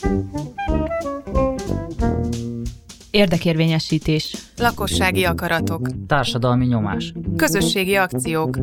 Érdekérvényesítés. Lakossági akaratok. Társadalmi nyomás. Közösségi akciók.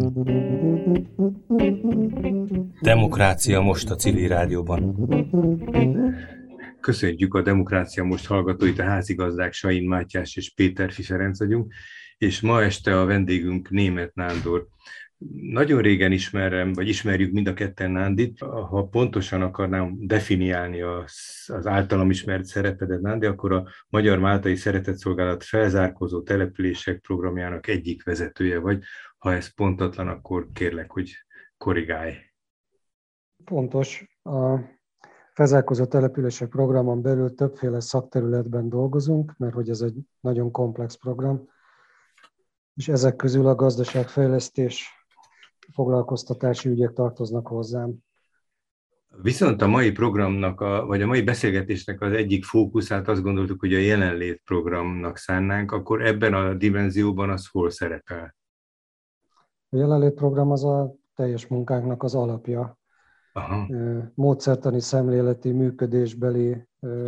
Demokrácia Most a Civil Rádióban. Köszöntjük a Demokrácia Most hallgatóit, a házigazdák Sain Mátyás és Péterfi Ferenc vagyunk, és ma este a vendégünk Németh Nándor. Nagyon régen ismerjük mind a ketten Nándit. Ha pontosan akarnám definiálni az általam ismert szerepedet, Nándi, akkor a Magyar Máltai Szeretetszolgálat felzárkózó települések programjának egyik vezetője vagy. Ha ez pontatlan, akkor kérlek, hogy korrigálj. Pontos. A felzárkózó települések programon belül többféle szakterületben dolgozunk, mert hogy ez egy nagyon komplex program, és ezek közül a gazdaságfejlesztés, foglalkoztatási ügyek tartoznak hozzám. Viszont a mai programnak, vagy a mai beszélgetésnek az egyik fókuszát azt gondoltuk, hogy a jelenlét programnak szánnánk, akkor ebben a dimenzióban az hol szerepel? A jelenlét program az a teljes munkánknak az alapja. Aha. Módszertani, szemléleti, működésbeli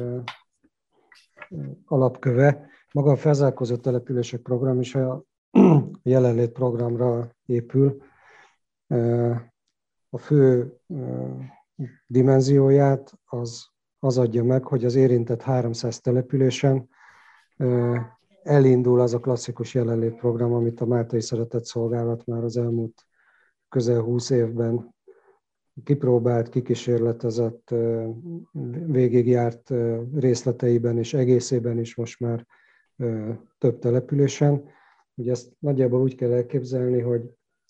alapköve. Maga a felzárkózó települések program is a jelenlét programra épül. A fő dimenzióját az adja meg, hogy az érintett 300 településen elindul az a klasszikus jelenlét program, amit a Máltai Szeretetszolgálat már az elmúlt közel 20 évben kipróbált, kikísérletezett, végigjárt részleteiben és egészében is most már több településen. Ugye ezt nagyjából úgy kell elképzelni, hogy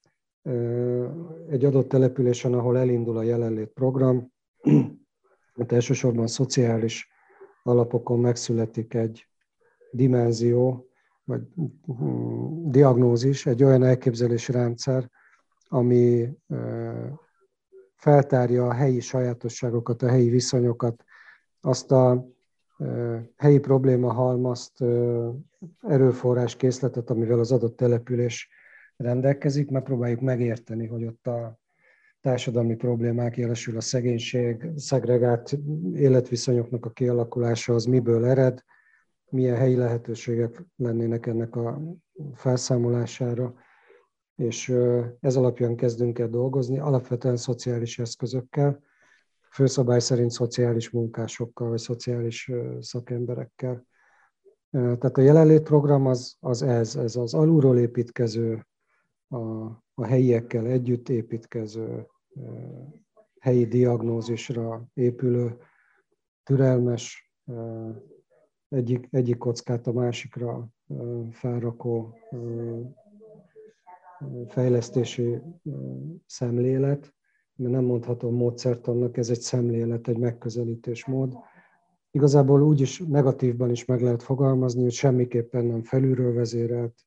egy adott településen, ahol elindul a jelenlét program, ott elsősorban szociális alapokon megszületik egy dimenzió, vagy diagnózis, egy olyan elképzelési rendszer, ami feltárja a helyi sajátosságokat, a helyi viszonyokat, azt a helyi problémahalmazt, erőforráskészletet, amivel az adott település rendelkezik, megpróbáljuk megérteni, hogy ott a társadalmi problémák, jelesül a szegénység, szegregált életviszonyoknak a kialakulása, az miből ered, milyen helyi lehetőségek lennének ennek a felszámolására, és ez alapján kezdünk el dolgozni, alapvetően szociális eszközökkel, főszabály szerint szociális munkásokkal, vagy szociális szakemberekkel. Tehát a jelenlét program ez az alulról építkező, a helyiekkel együtt építkező, helyi diagnózisra épülő, türelmes, egyik kockát a másikra felrakó fejlesztési szemlélet, mert nem mondhatom módszertannak, ez egy szemlélet, egy megközelítésmód. Igazából úgy is negatívban is meg lehet fogalmazni, hogy semmiképpen nem felülről vezérelt,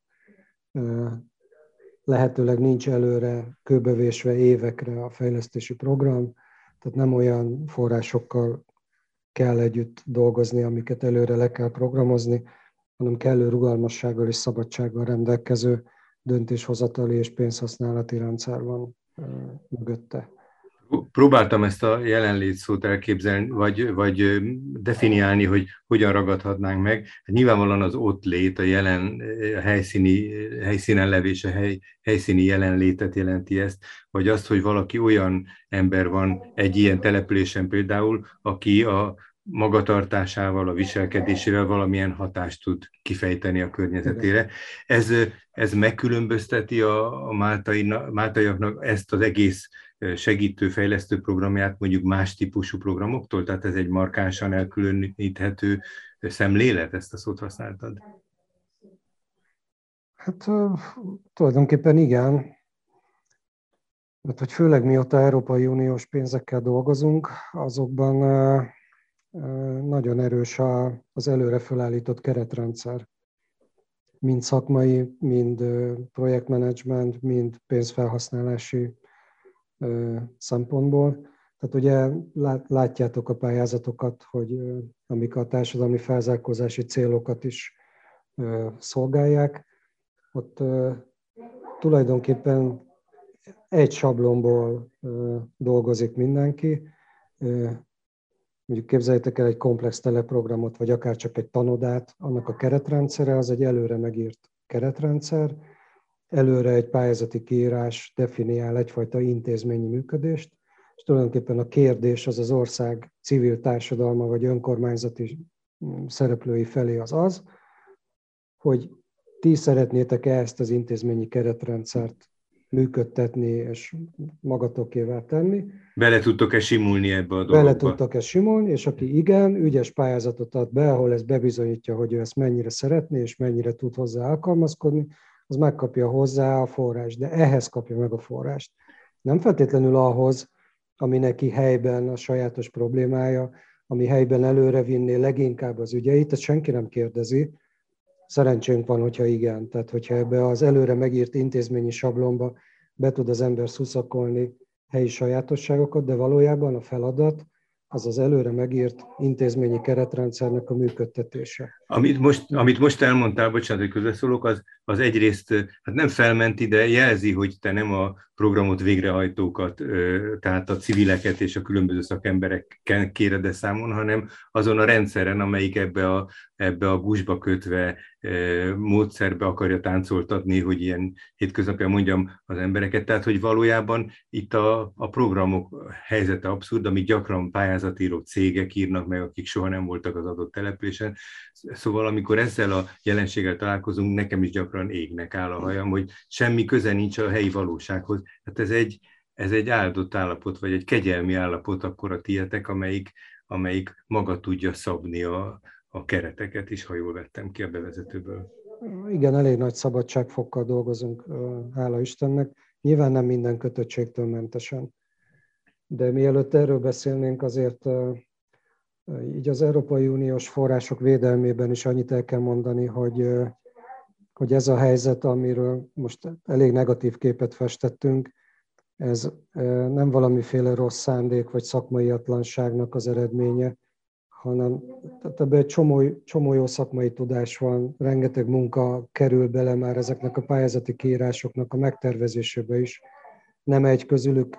lehetőleg nincs előre kőbevésve évekre a fejlesztési program, tehát nem olyan forrásokkal kell együtt dolgozni, amiket előre le kell programozni, hanem kellő rugalmassággal és szabadsággal rendelkező döntéshozatali és pénzhasználati rendszer mögötte. Próbáltam ezt a jelenlét szót elképzelni, vagy definiálni, hogy hogyan ragadhatnánk meg. Hát nyilvánvalóan az ott lét, a helyszínen levés, a helyszíni jelenlétet jelenti ezt, vagy azt, hogy valaki olyan ember van egy ilyen településen például, aki a magatartásával, a viselkedésével valamilyen hatást tud kifejteni a környezetére. Ez megkülönbözteti a máltaiaknak ezt az egész segítő, fejlesztő programját mondjuk más típusú programoktól? Tehát ez egy markánsan elkülöníthető szemlélet, ezt a szót használtad? Hát tulajdonképpen igen. Mert hogy főleg mióta Európai Uniós pénzekkel dolgozunk, azokban nagyon erős az előre felállított keretrendszer. Mind szakmai, mind projektmenedzsment, mind pénzfelhasználási szempontból. Tehát ugye látjátok a pályázatokat, hogy amik a társadalmi felzárkózási célokat is szolgálják, ott tulajdonképpen egy sablonból dolgozik mindenki, mondjuk képzeljétek el egy komplex teleprogramot, vagy akár csak egy tanodát, annak a keretrendszere az egy előre megírt keretrendszer, előre egy pályázati kiírás definiál egyfajta intézményi működést, és tulajdonképpen a kérdés az ország civil társadalma vagy önkormányzati szereplői felé az, hogy ti szeretnétek-e ezt az intézményi keretrendszert működtetni és magatokévá tenni. Bele tudtok-e simulni ebbe a dologba? Bele tudtok-e simulni, és aki igen, ügyes pályázatot ad be, ahol ez bebizonyítja, hogy ő ezt mennyire szeretné, és mennyire tud hozzá alkalmazkodni, az megkapja hozzá a forrást, de ehhez kapja meg a forrást. Nem feltétlenül ahhoz, ami neki helyben a sajátos problémája, ami helyben előrevinné leginkább az ügyeit, ezt senki nem kérdezi. Szerencsénk van, hogyha igen. Tehát, hogyha ebbe az előre megírt intézményi sablonba be tud az ember szuszakolni helyi sajátosságokat, de valójában a feladat az az előre megírt intézményi keretrendszernek a működtetése. Amit most elmondtál, bocsánat, hogy közbeszólok, az egyrészt hát nem felmenti, de jelzi, hogy te nem a programot végrehajtókat, tehát a civileket és a különböző szakembereken kéred számon, hanem azon a rendszeren, amelyik ebbe a gúzsba kötve módszerbe akarja táncoltatni, hogy ilyen hétköznapján mondjam az embereket. Tehát, hogy valójában itt a programok helyzete abszurd, amit gyakran pályázatíró cégek írnak meg, akik soha nem voltak az adott településen. Szóval amikor ezzel a jelenséggel találkozunk, nekem is gyakran égnek áll a hajam, hogy semmi köze nincs a helyi valósághoz. Hát ez egy áldott állapot, vagy egy kegyelmi állapot akkor a tietek, amelyik maga tudja szabni a kereteket is, ha jól vettem ki a bevezetőből. Igen, elég nagy szabadságfokkal dolgozunk, hála Istennek. Nyilván nem minden kötöttségtől mentesen. De mielőtt erről beszélnénk, azért így az Európai Uniós források védelmében is annyit el kell mondani, hogy ez a helyzet, amiről most elég negatív képet festettünk, ez nem valamiféle rossz szándék vagy szakmaiatlanságnak az eredménye, hanem ebben egy csomó jó szakmai tudás van, rengeteg munka kerül bele már ezeknek a pályázati kiírásoknak a megtervezésébe is. Nem egy közülük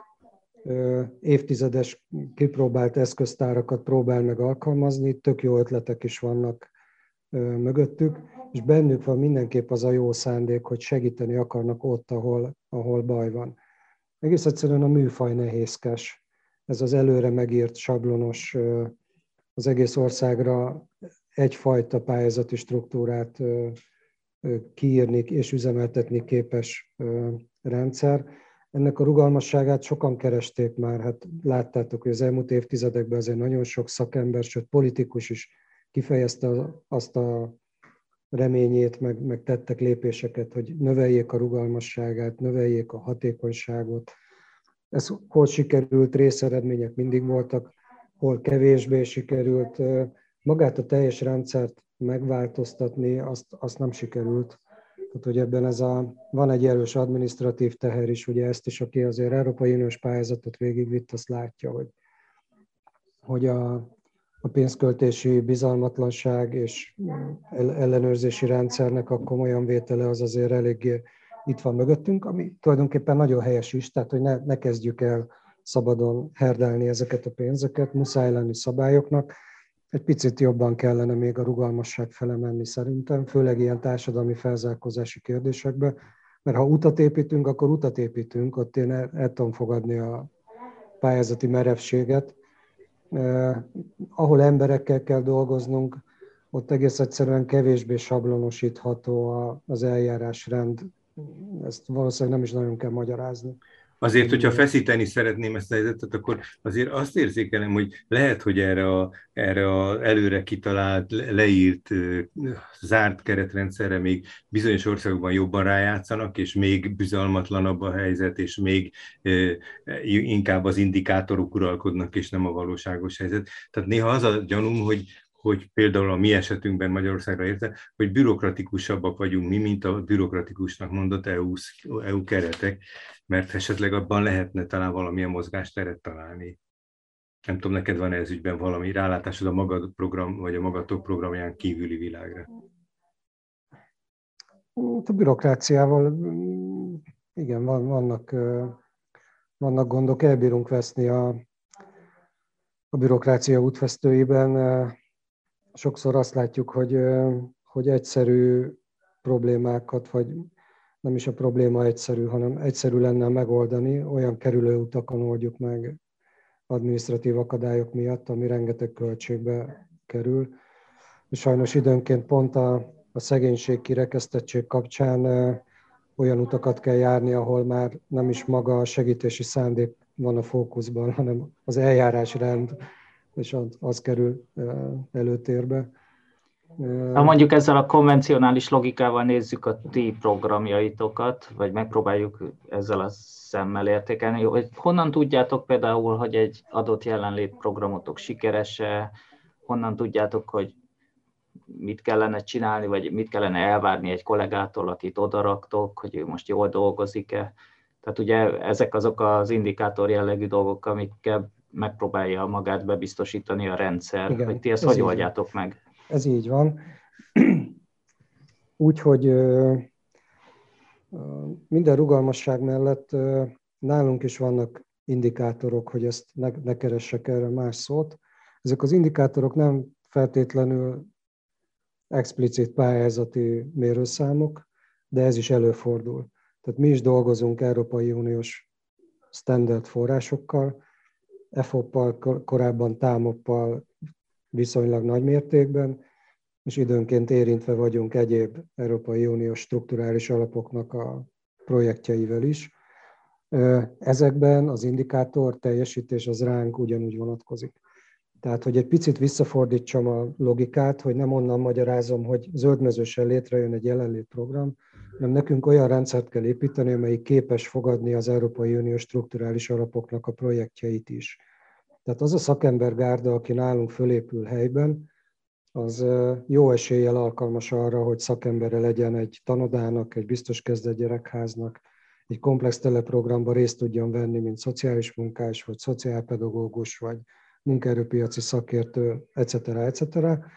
évtizedes kipróbált eszköztárakat próbál meg alkalmazni, tök jó ötletek is vannak mögöttük, és bennük van mindenképp az a jó szándék, hogy segíteni akarnak ott, ahol baj van. Egész egyszerűen a műfaj nehézkes. Ez az előre megírt sablonos, az egész országra egyfajta pályázati struktúrát kiírni és üzemeltetni képes rendszer. Ennek a rugalmasságát sokan keresték már, hát láttátok, hogy az elmúlt évtizedekben azért nagyon sok szakember, sőt politikus is kifejezte azt a reményét, meg tettek lépéseket, hogy növeljék a rugalmasságát, növeljék a hatékonyságot. Ez hol sikerült, részeredmények mindig voltak, hol kevésbé sikerült. Magát a teljes rendszert megváltoztatni, azt nem sikerült. Tehát, hogy ebben van egy erős adminisztratív teher is, ugye ezt is, aki azért Európai Uniós pályázatot végigvitt, azt látja, hogy a pénzköltési bizalmatlanság és ellenőrzési rendszernek a komolyan vétele az azért eléggé itt van mögöttünk, ami tulajdonképpen nagyon helyes is, tehát hogy ne kezdjük el szabadon herdálni ezeket a pénzeket, muszáj lenni szabályoknak. Egy picit jobban kellene még a rugalmasság fele menni szerintem, főleg ilyen társadalmi felzárkózási kérdésekbe, mert ha utat építünk, akkor utat építünk, ott én el tudom fogadni a pályázati merevséget. Ahol emberekkel kell dolgoznunk, ott egész egyszerűen kevésbé sablonosítható az eljárásrend. Ezt valószínűleg nem is nagyon kell magyarázni. Azért, hogyha feszíteni szeretném ezt a helyzetet, akkor azért azt érzékelem, hogy lehet, hogy erre a előre kitalált, leírt, zárt keretrendszerre még bizonyos országokban jobban rájátszanak, és még bizalmatlanabb a helyzet, és még inkább az indikátorok uralkodnak, és nem a valóságos helyzet. Tehát néha az a gyanúm, hogy például a mi esetünkben Magyarországra érte, hogy bürokratikusabbak vagyunk mi, mint a bürokratikusnak mondott EU keretek, mert esetleg abban lehetne talán valamilyen mozgásteret találni. Nem tudom, neked van ez ügyben valami rálátásod a magad program, vagy a magatok programján kívüli világra? A bürokráciával igen, vannak gondok, elbírunk veszni a bürokrácia útvesztőiben sokszor azt látjuk, hogy egyszerű problémákat, vagy nem is a probléma egyszerű, hanem egyszerű lenne megoldani, olyan kerülőutakon oldjuk meg adminisztratív akadályok miatt, ami rengeteg költségbe kerül. És sajnos időnként pont a szegénység, kirekesztettség kapcsán olyan utakat kell járni, ahol már nem is maga a segítési szándék van a fókuszban, hanem az eljárásrend, és az kerül előtérbe. Ha mondjuk ezzel a konvencionális logikával nézzük a ti programjaitokat, vagy megpróbáljuk ezzel a szemmel értékelni, hogy honnan tudjátok például, hogy egy adott jelenlétprogramotok sikeres-e, honnan tudjátok, hogy mit kellene csinálni, vagy mit kellene elvárni egy kollégától, akit odaraktok, hogy ő most jól dolgozik-e. Tehát ugye ezek azok az indikátor jellegű dolgok, amikkel megpróbálja magát bebiztosítani a rendszer. Igen, hogy ti ezt hogy oldjátok meg? Ez így van. Úgyhogy minden rugalmasság mellett nálunk is vannak indikátorok, hogy ezt ne keressek erre más szót. Ezek az indikátorok nem feltétlenül explicit pályázati mérőszámok, de ez is előfordul. Tehát mi is dolgozunk Európai Uniós standard forrásokkal, EFOP-pal, korábban TAMOP-pal viszonylag nagy mértékben, és időnként érintve vagyunk egyéb Európai Uniós strukturális alapoknak a projektjeivel is. Ezekben az indikátor teljesítés az ránk ugyanúgy vonatkozik. Tehát, hogy egy picit visszafordítsam a logikát, hogy nem onnan magyarázom, hogy zöldmezősen létrejön egy jelenlétprogram, hanem nekünk olyan rendszert kell építeni, amelyik képes fogadni az Európai Uniós strukturális alapoknak a projektjeit is. Tehát az a szakembergárda, aki nálunk fölépül helyben, az jó eséllyel alkalmas arra, hogy szakembere legyen egy tanodának, egy biztos kezdett gyerekháznak, egy komplex teleprogramba részt tudjon venni, mint szociális munkás, vagy szociálpedagógus, vagy munkaerőpiaci szakértő, etc. etc.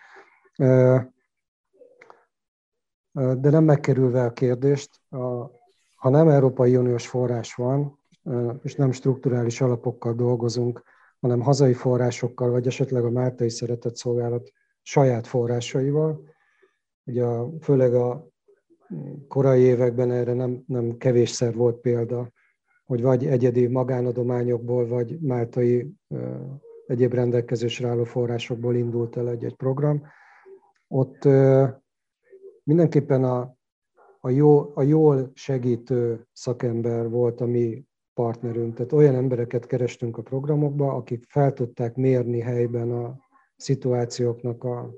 De nem megkerülve a kérdést, ha nem Európai Uniós forrás van, és nem strukturális alapokkal dolgozunk, hanem hazai forrásokkal, vagy esetleg a Máltai Szeretett Szolgálat saját forrásaival. Ugye főleg a korai években erre nem kevésszer volt példa, hogy vagy egyedi magánadományokból, vagy máltai egyéb rendelkezésre álló forrásokból indult el egy program. Ott mindenképpen a jól segítő szakember volt a mi partnerünk. Tehát olyan embereket kerestünk a programokba, akik fel tudták mérni helyben a szituációknak a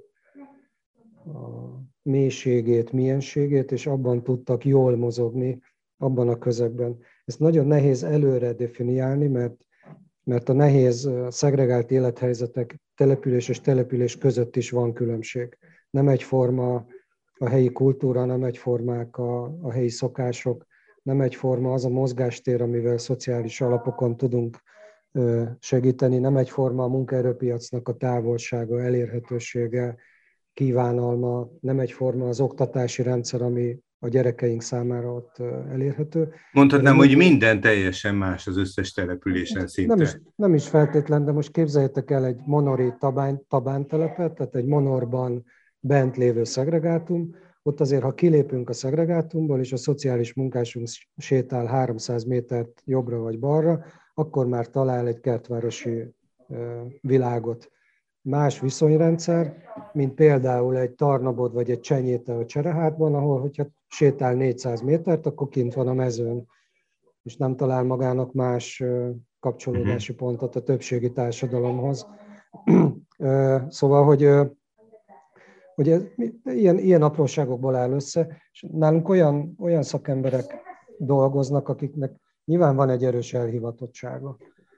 mélységét, mienségét, és abban tudtak jól mozogni, abban a közegben. Ezt nagyon nehéz előre definiálni, mert a nehéz szegregált élethelyzetek település és település között is van különbség. Nem egyforma a helyi kultúra, nem egyformák a helyi szokások, nem egyforma az a mozgástér, amivel szociális alapokon tudunk segíteni, nem egyforma a munkaerőpiacnak a távolsága, elérhetősége, kívánalma, nem egyforma az oktatási rendszer, ami a gyerekeink számára ott elérhető. Mondhatnám, hogy minden teljesen más az összes településen szinte. Nem is feltétlen, de most képzeljétek el egy monori tabántelepet, tehát egy monorban bent lévő szegregátum. Ott azért, ha kilépünk a szegregátumból, és a szociális munkásunk sétál 300 métert jobbra vagy balra, akkor már talál egy kertvárosi világot. Más viszonyrendszer, mint például egy Tarnabod vagy egy Csenyéte a Cserehátban, ahol, hogyha sétál 400 métert, akkor kint van a mezőn, és nem talál magának más kapcsolódási pontot a többségi társadalomhoz. Szóval, hogy ilyen apróságokból áll össze, és nálunk olyan szakemberek dolgoznak, akiknek nyilván van egy erős elhivatottsága.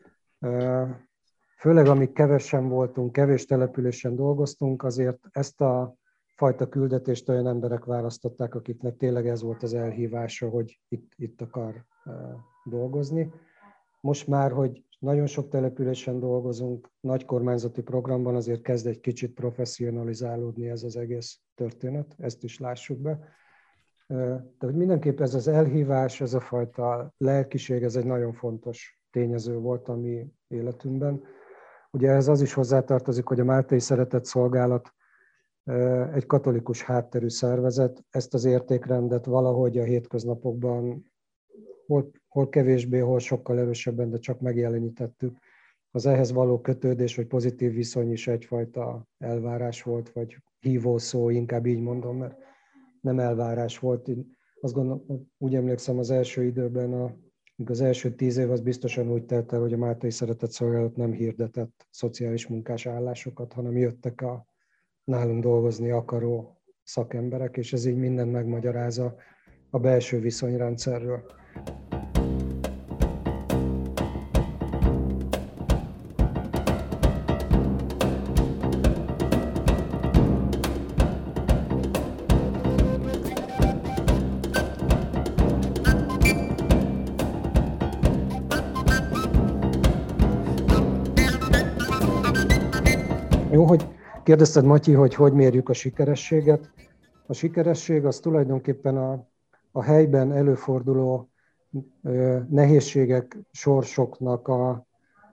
Főleg amíg kevesen voltunk, kevés településen dolgoztunk, azért ezt a fajta küldetést olyan emberek választották, akiknek tényleg ez volt az elhívása, hogy itt akar dolgozni. Most már, hogy nagyon sok településen dolgozunk, nagy kormányzati programban, azért kezd egy kicsit professzionalizálódni ez az egész történet, ezt is lássuk be. De hogy mindenképp ez az elhívás, ez a fajta lelkiség, ez egy nagyon fontos tényező volt a mi életünkben. Ugye ez az is hozzátartozik, hogy a Máltai Szeretett Szolgálat egy katolikus hátterű szervezet, ezt az értékrendet valahogy a hétköznapokban hol kevésbé, hol sokkal erősebben, de csak megjelenítettük. Az ehhez való kötődés, vagy pozitív viszony is egyfajta elvárás volt, vagy hívószó, inkább így mondom, mert nem elvárás volt. Én azt gondolom, úgy emlékszem az első időben, az első 10 év az biztosan úgy telt el, hogy a Máltai Szeretett Szolgálat nem hirdetett szociális munkás állásokat, hanem jöttek a nálunk dolgozni akaró szakemberek, és ez így mindent megmagyarázza a belső viszonyrendszerről. Jó, hogy kérdezted, Matyi, hogy mérjük a sikerességet. A sikeresség az tulajdonképpen a helyben előforduló nehézségek, sorsoknak a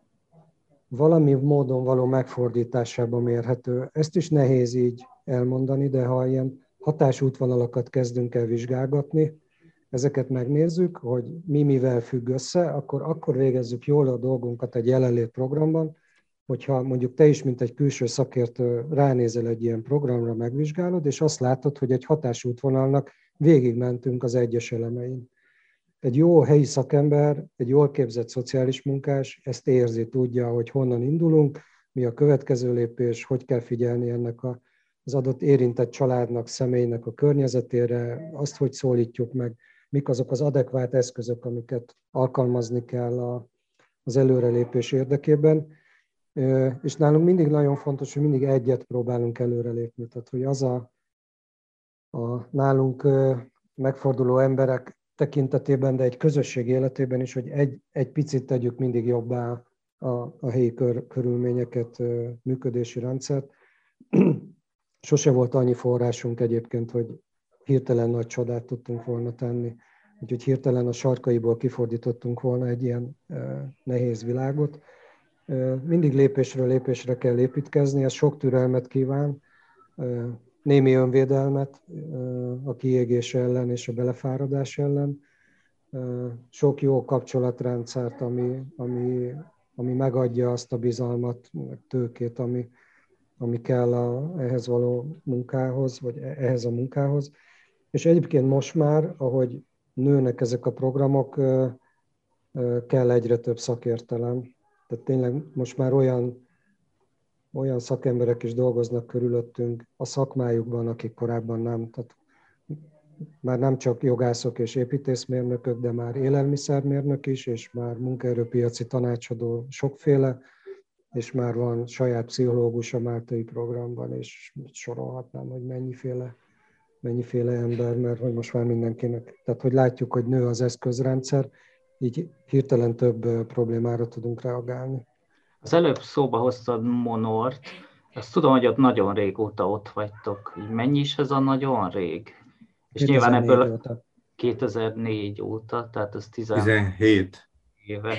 valami módon való megfordításában mérhető. Ezt is nehéz így elmondani, de ha ilyen hatásútvonalakat kezdünk el vizsgálgatni, ezeket megnézzük, hogy mi mivel függ össze, akkor végezzük jól a dolgunkat egy jelenlét programban, hogyha mondjuk te is, mint egy külső szakértő ránézel egy ilyen programra, megvizsgálod, és azt látod, hogy egy hatásútvonalnak végigmentünk az egyes elemein. Egy jó helyi szakember, egy jól képzett szociális munkás ezt érzi, tudja, hogy honnan indulunk, mi a következő lépés, hogy kell figyelni ennek az adott érintett családnak, személynek a környezetére, azt, hogy szólítjuk meg, mik azok az adekvát eszközök, amiket alkalmazni kell az előrelépés érdekében. És nálunk mindig nagyon fontos, hogy mindig egyet próbálunk előrelépni. Tehát, hogy az a nálunk megforduló emberek tekintetében, de egy közösség életében is, hogy egy picit tegyük mindig jobbá a helyi körülményeket, működési rendszert. Sose volt annyi forrásunk egyébként, hogy hirtelen nagy csodát tudtunk volna tenni. Úgyhogy hirtelen a sarkaiból kifordítottunk volna egy ilyen nehéz világot. Mindig lépésről lépésre kell építkezni, ez sok türelmet kíván, némi önvédelmet a kiégés ellen és a belefáradás ellen, sok jó kapcsolatrendszert, ami megadja azt a bizalmat, tőkét, ami kell ehhez való munkához, vagy ehhez a munkához. És egyébként most már, ahogy nőnek ezek a programok, kell egyre több szakértelem. Tehát tényleg most már olyan szakemberek is dolgoznak körülöttünk a szakmájukban, akik korábban nem. Tehát már nem csak jogászok és építészmérnökök, de már élelmiszermérnök is, és már munkaerőpiaci tanácsadó sokféle, és már van saját pszichológus a Máltai programban, és sorolhatnám, hogy mennyiféle ember, mert hogy most már mindenkinek. Tehát, hogy látjuk, hogy nő az eszközrendszer, így hirtelen több problémára tudunk reagálni. Az előbb szóba hoztad Monort, azt tudom, hogy ott nagyon régóta ott vagytok. Mennyi is ez a nagyon rég? És nyilván ebből óta. 2004 óta, tehát ez 17 éve.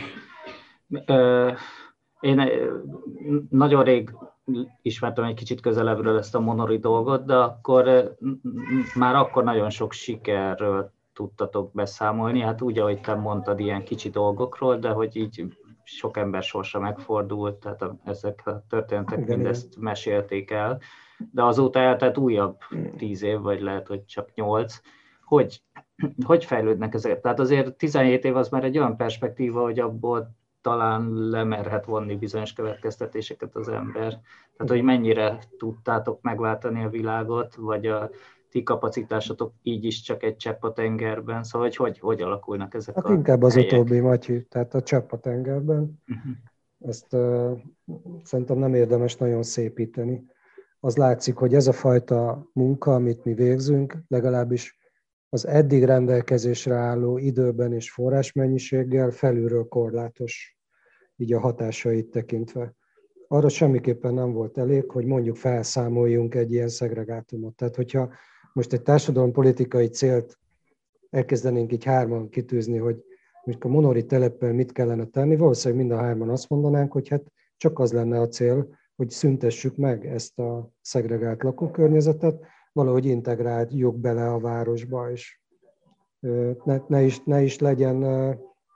Én nagyon rég ismertem egy kicsit közelebbről ezt a monori dolgot, de már akkor nagyon sok sikerről tudtatok beszámolni, hát úgy, ahogy te mondtad, ilyen kicsi dolgokról, de hogy így sok ember sorsa megfordult, tehát ezek a történetek mindezt mesélték el, de azóta eltelt újabb 10 év, vagy lehet, hogy csak 8. Hogy fejlődnek ezek? Tehát azért 17 év az már egy olyan perspektíva, hogy abból talán lemerhet vonni bizonyos következtetéseket az ember. Tehát, hogy mennyire tudtátok megváltani a világot, vagy a ti kapacitásotok így is csak egy csepp a tengerben, szóval hogy alakulnak ezek a inkább az helyek? Utóbbi, Matyi, tehát a csepp a tengerben. Ezt szerintem nem érdemes nagyon szépíteni. Az látszik, hogy ez a fajta munka, amit mi végzünk, legalábbis az eddig rendelkezésre álló időben és forrásmennyiséggel felülről korlátos, így a hatásait tekintve. Arra semmiképpen nem volt elég, hogy mondjuk felszámoljunk egy ilyen szegregátumot. Tehát, hogyha most egy társadalompolitikai célt elkezdenénk így hárman kitűzni, hogy a monori teleppel mit kellene tenni, valószínűleg mind a hárman azt mondanánk, hogy hát csak az lenne a cél, hogy szüntessük meg ezt a szegregált lakókörnyezetet, valahogy integráljuk bele a városba, és ne is legyen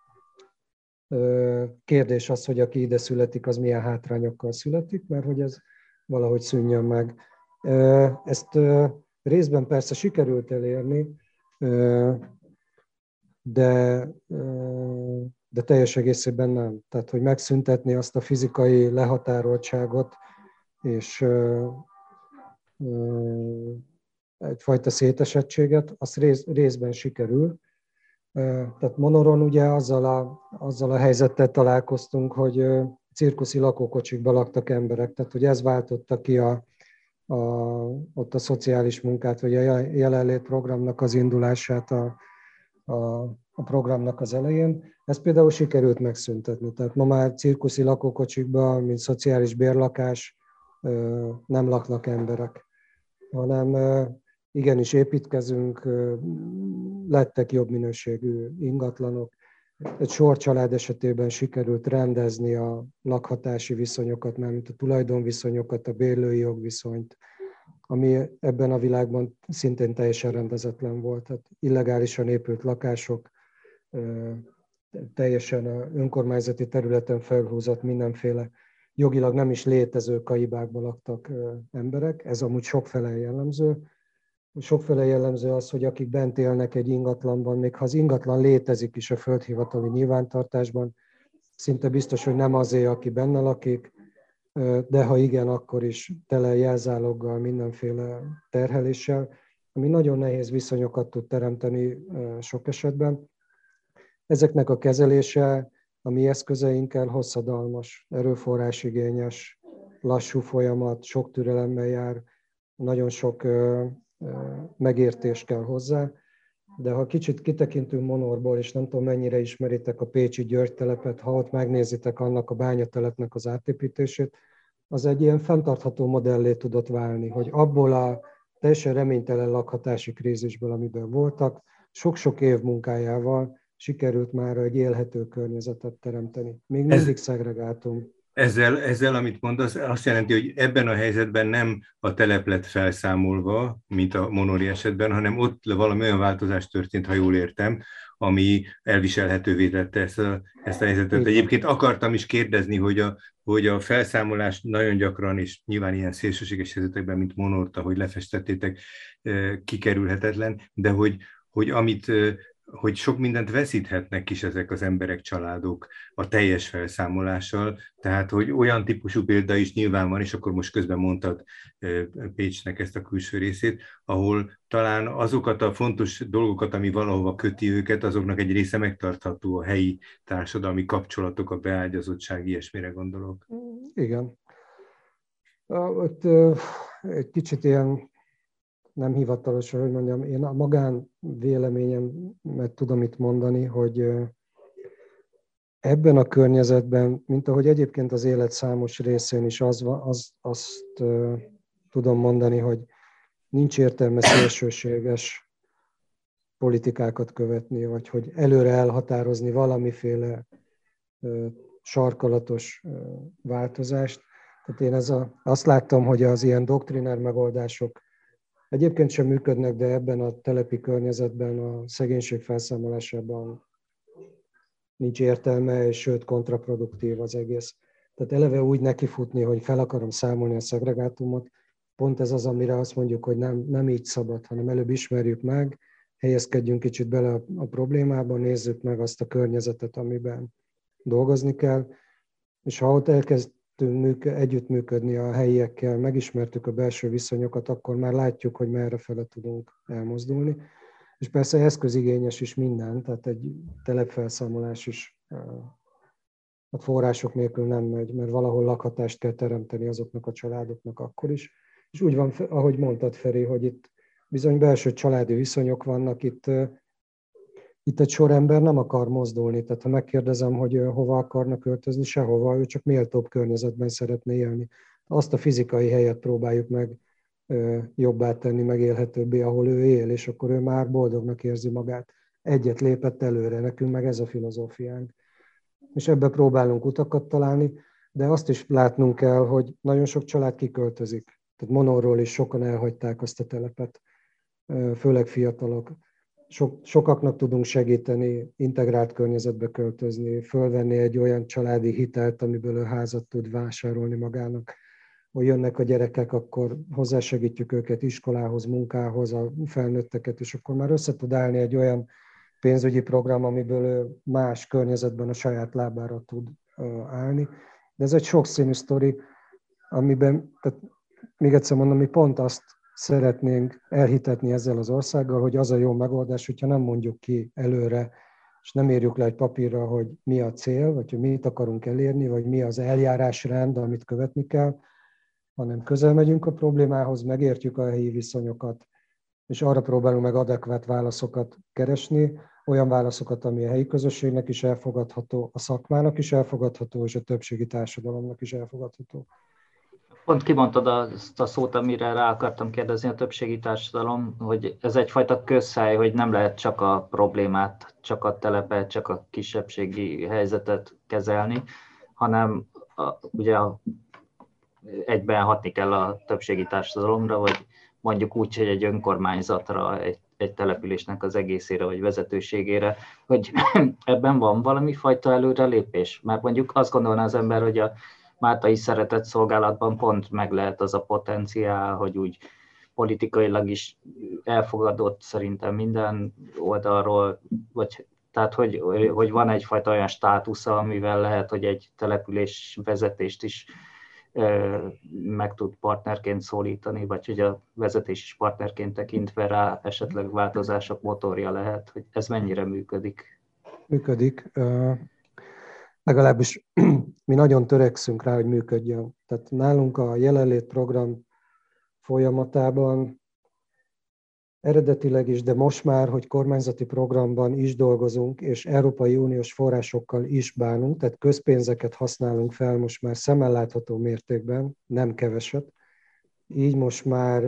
kérdés az, hogy aki ide születik, az milyen hátrányokkal születik, mert hogy ez valahogy szűnjön meg. Ezt részben persze sikerült elérni, de teljes egészében nem. Tehát, hogy megszüntetni azt a fizikai lehatároltságot, és egyfajta szétesettséget, az részben sikerül. Tehát Monoron ugye azzal a helyzettel találkoztunk, hogy cirkuszi lakókocsikban laktak emberek, tehát hogy ez váltotta ki ott a szociális munkát, vagy a jelenlét programnak az indulását a programnak az elején. Ezt például sikerült megszüntetni. Tehát ma már cirkuszi lakókocsikban, mint szociális bérlakás nem laknak emberek, hanem igenis építkezünk, lettek jobb minőségű ingatlanok. Egy sor család esetében sikerült rendezni a lakhatási viszonyokat, mármint a tulajdonviszonyokat, a bérlői jogviszonyt, ami ebben a világban szintén teljesen rendezetlen volt. Tehát illegálisan épült lakások, teljesen önkormányzati területen felhúzott mindenféle jogilag nem is létező kaibákban laktak emberek. Ez amúgy sokfele jellemző. Sokfele jellemző az, hogy akik bent élnek egy ingatlanban, még ha az ingatlan létezik is a földhivatali nyilvántartásban, szinte biztos, hogy nem azért, aki benne lakik, de ha igen, akkor is tele jelzáloggal, mindenféle terheléssel, ami nagyon nehéz viszonyokat tud teremteni sok esetben. Ezeknek a kezelése a mi eszközeinkkel hosszadalmas, erőforrásigényes, lassú folyamat, sok türelemmel jár, nagyon sok megértés kell hozzá, de ha kicsit kitekintünk Monorból, és nem tudom mennyire ismeritek a pécsi György telepet, ha ott megnézitek annak a bányatelepnek az átépítését, az egy ilyen fenntartható modellé tudott válni, hogy abból a teljesen reménytelen lakhatási krízisből, amiben voltak, sok-sok év munkájával sikerült már egy élhető környezetet teremteni. Még mindig szegregáltunk. Ezzel, amit mondasz, azt jelenti, hogy ebben a helyzetben nem a telep lett felszámolva, mint a monori esetben, hanem ott valami olyan változás történt, ha jól értem, ami elviselhetővé tette ezt a helyzetet. Egyébként akartam is kérdezni, hogy a felszámolás nagyon gyakran, és nyilván ilyen szélsőséges helyzetekben, mint Monorta, hogy lefestettétek, kikerülhetetlen, de hogy sok mindent veszíthetnek is ezek az emberek, családok a teljes felszámolással, tehát hogy olyan típusú példa is nyilván van, és akkor most közben mondtad Pécsnek ezt a külső részét, ahol talán azokat a fontos dolgokat, ami valahova köti őket, azoknak egy része megtartható, a helyi társadalmi kapcsolatok, a beágyazottság, ilyesmire gondolok. Igen. Ott egy kicsit ilyen nem hivatalos, hogy mondjam, én a magán véleményemet tudom itt mondani, hogy ebben a környezetben, mint ahogy egyébként az élet számos részén is azt tudom mondani, hogy nincs értelme szélsőséges politikákat követni, vagy hogy előre elhatározni valamiféle sarkalatos változást. Tehát én azt láttam, hogy az ilyen doktrinár megoldások egyébként sem működnek, de ebben a telepi környezetben, a szegénység felszámolásában nincs értelme, és sőt kontraproduktív az egész. Tehát eleve úgy nekifutni, hogy fel akarom számolni a szegregátumot, pont ez az, amire azt mondjuk, hogy nem így szabad, hanem előbb ismerjük meg, helyezkedjünk kicsit bele a problémába, nézzük meg azt a környezetet, amiben dolgozni kell, és ha ott elkezdtünk együttműködni a helyiekkel, megismertük a belső viszonyokat, akkor már látjuk, hogy merre fele tudunk elmozdulni. És persze eszközigényes is minden, tehát egy telepfelszámolás is a források nélkül nem megy, mert valahol lakhatást kell teremteni azoknak a családoknak akkor is. És úgy van, ahogy mondtad, Feri, hogy itt bizony belső családi viszonyok vannak, itt egy sor ember nem akar mozdulni, tehát ha megkérdezem, hogy hova akarnak költözni, sehova, ő csak méltóbb környezetben szeretne élni. Azt a fizikai helyet próbáljuk meg jobbá tenni, megélhetőbbé, ahol ő él, és akkor ő már boldognak érzi magát. Egyet lépett előre, nekünk meg ez a filozófiánk. És ebbe próbálunk utakat találni. de azt is látnunk kell, hogy nagyon sok család kiköltözik. Tehát Monorról is sokan elhagyták azt a telepet, főleg fiatalok. Sokaknak tudunk segíteni, integrált környezetbe költözni, fölvenni egy olyan családi hitelt, amiből ő házat tud vásárolni magának. Hogy jönnek a gyerekek, akkor hozzásegítjük őket iskolához, munkához, a felnőtteket, és akkor már össze tud állni egy olyan pénzügyi program, amiből ő más környezetben a saját lábára tud állni. De ez egy sokszínű sztori, amiben, tehát még egyszer mondom, mi pont azt szeretnénk elhitetni ezzel az országgal, hogy az a jó megoldás, hogyha nem mondjuk ki előre, és nem írjuk le egy papírra, hogy mi a cél, vagy hogy mit akarunk elérni, vagy mi az eljárásrend, amit követni kell, hanem közel megyünk a problémához, megértjük a helyi viszonyokat, és arra próbálunk meg adekvát válaszokat keresni, olyan válaszokat, ami a helyi közösségnek is elfogadható, a szakmának is elfogadható, és a többségi társadalomnak is elfogadható. Pont kimondtad azt a szót, amire rá akartam kérdezni, a többségi társadalom, hogy ez egyfajta közhely, hogy nem lehet csak a problémát, csak a telepet, csak a kisebbségi helyzetet kezelni, hanem ugye egyben hatni kell a többségi társadalomra, vagy mondjuk úgy, hogy egy önkormányzatra, egy településnek az egészére, vagy vezetőségére, hogy ebben van valami fajta előrelépés. Mert mondjuk azt gondolná az ember, hogy a Máltai Szeretett Szolgálatban pont meg lehet az a potenciál, hogy úgy politikailag is elfogadott szerintem minden oldalról, vagy tehát hogy van egyfajta olyan státusza, amivel lehet, hogy egy település vezetést is meg tud partnerként szólítani, vagy hogy a vezetés is partnerként tekintve rá esetleg változások motorja lehet, hogy ez mennyire működik? Működik. Legalábbis mi nagyon törekszünk rá, hogy működjön. Tehát nálunk a jelenlétprogram folyamatában eredetileg is, de most már, hogy kormányzati programban is dolgozunk, és Európai Uniós forrásokkal is bánunk, tehát közpénzeket használunk fel most már szemmel látható mértékben, nem keveset. Így most már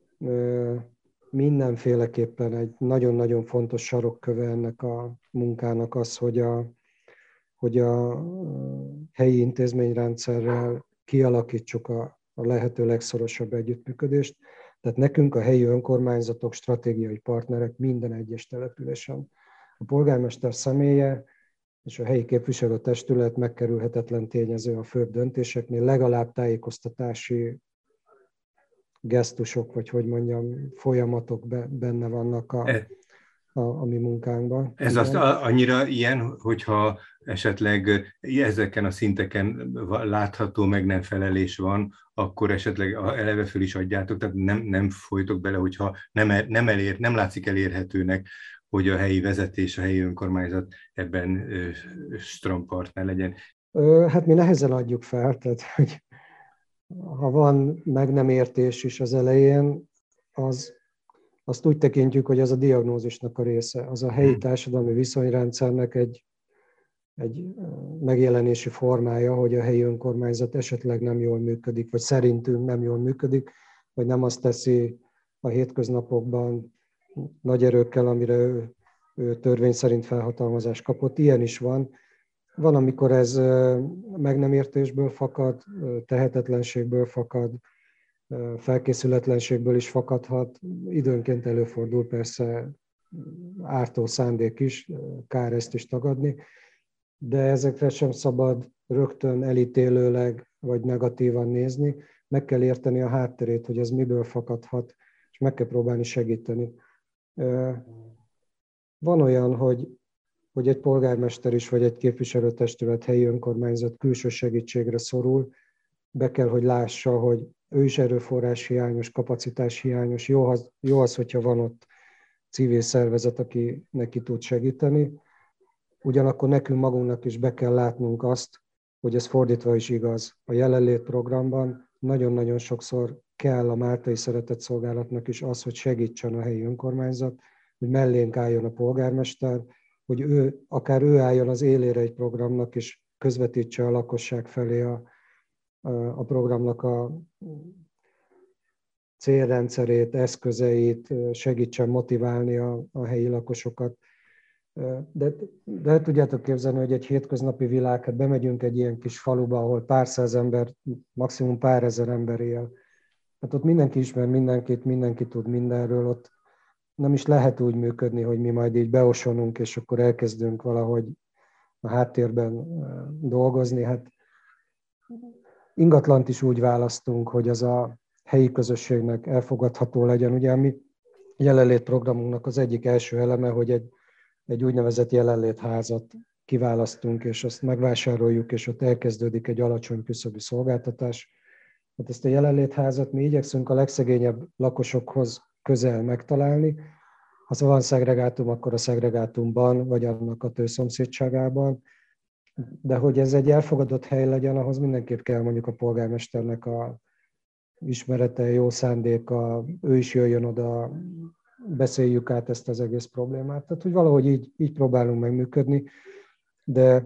mindenféleképpen egy nagyon-nagyon fontos sarokköve ennek a munkának az, hogy a helyi intézményrendszerrel kialakítsuk a lehető legszorosabb együttműködést. Tehát nekünk a helyi önkormányzatok stratégiai partnerek minden egyes településen. A polgármester személye és a helyi képviselőtestület megkerülhetetlen tényező a főbb döntéseknél, legalább tájékoztatási gesztusok, vagy hogy mondjam, folyamatok benne vannak a mi munkánkban. Ez azt annyira ilyen, hogyha esetleg ezeken a szinteken látható meg nem felelés van, akkor esetleg eleve föl is adjátok, tehát nem folytok bele, hogyha nem látszik elérhetőnek, hogy a helyi vezetés, a helyi önkormányzat ebben strong partner legyen. Hát mi nehezen adjuk fel, tehát hogy ha van meg nem értés is az elején, azt úgy tekintjük, hogy az a diagnózisnak a része, az a helyi társadalmi viszonyrendszernek egy megjelenési formája, hogy a helyi önkormányzat esetleg nem jól működik, vagy szerintünk nem jól működik, vagy nem azt teszi a hétköznapokban nagy erőkkel, amire ő törvény szerint felhatalmazást kapott. Ilyen is van. Van, amikor ez meg nem értésből fakad, tehetetlenségből fakad, felkészületlenségből is fakadhat. Időnként előfordul persze ártó szándék is, kár ezt is tagadni, de ezekre sem szabad rögtön elítélőleg vagy negatívan nézni. Meg kell érteni a hátterét, hogy ez miből fakadhat, és meg kell próbálni segíteni. Van olyan, hogy egy polgármester is, vagy egy képviselőtestület, helyi önkormányzat külső segítségre szorul, be kell, hogy lássa, hogy ő is erőforrás hiányos, kapacitás hiányos. Jó az, hogyha van ott civil szervezet, aki neki tud segíteni. Ugyanakkor nekünk magunknak is be kell látnunk azt, hogy ez fordítva is igaz. A jelenlét programban nagyon-nagyon sokszor kell a Máltai Szeretett Szolgálatnak is az, hogy segítsen a helyi önkormányzat, hogy mellénk álljon a polgármester, hogy akár ő álljon az élére egy programnak, és közvetítse a lakosság felé a programnak a célrendszerét, eszközeit, segítsen motiválni a helyi lakosokat. De tudjátok képzelni, hogy egy hétköznapi világ, hát bemegyünk egy ilyen kis faluba, ahol pár száz ember, maximum pár ezer ember él. Hát ott mindenki ismer mindenkit, mindenki tud mindenről, ott nem is lehet úgy működni, hogy mi majd így beosonunk, és akkor elkezdünk valahogy a háttérben dolgozni. Hát ingatlant is úgy választunk, hogy az a helyi közösségnek elfogadható legyen. Ugye a mi jelenlétprogramunknak az egyik első eleme, hogy egy úgynevezett jelenlétházat kiválasztunk, és azt megvásároljuk, és ott elkezdődik egy alacsony küszöbű szolgáltatás. Hát ezt a jelenlétházat mi igyekszünk a legszegényebb lakosokhoz közel megtalálni. Ha van szegregátum, akkor a szegregátumban, vagy annak a szomszédságában. De hogy ez egy elfogadott hely legyen, ahhoz mindenképp kell mondjuk a polgármesternek a ismerete, jó szándéka, ő is jöjjön oda, beszéljük át ezt az egész problémát. Tehát, hogy valahogy így próbálunk megműködni, de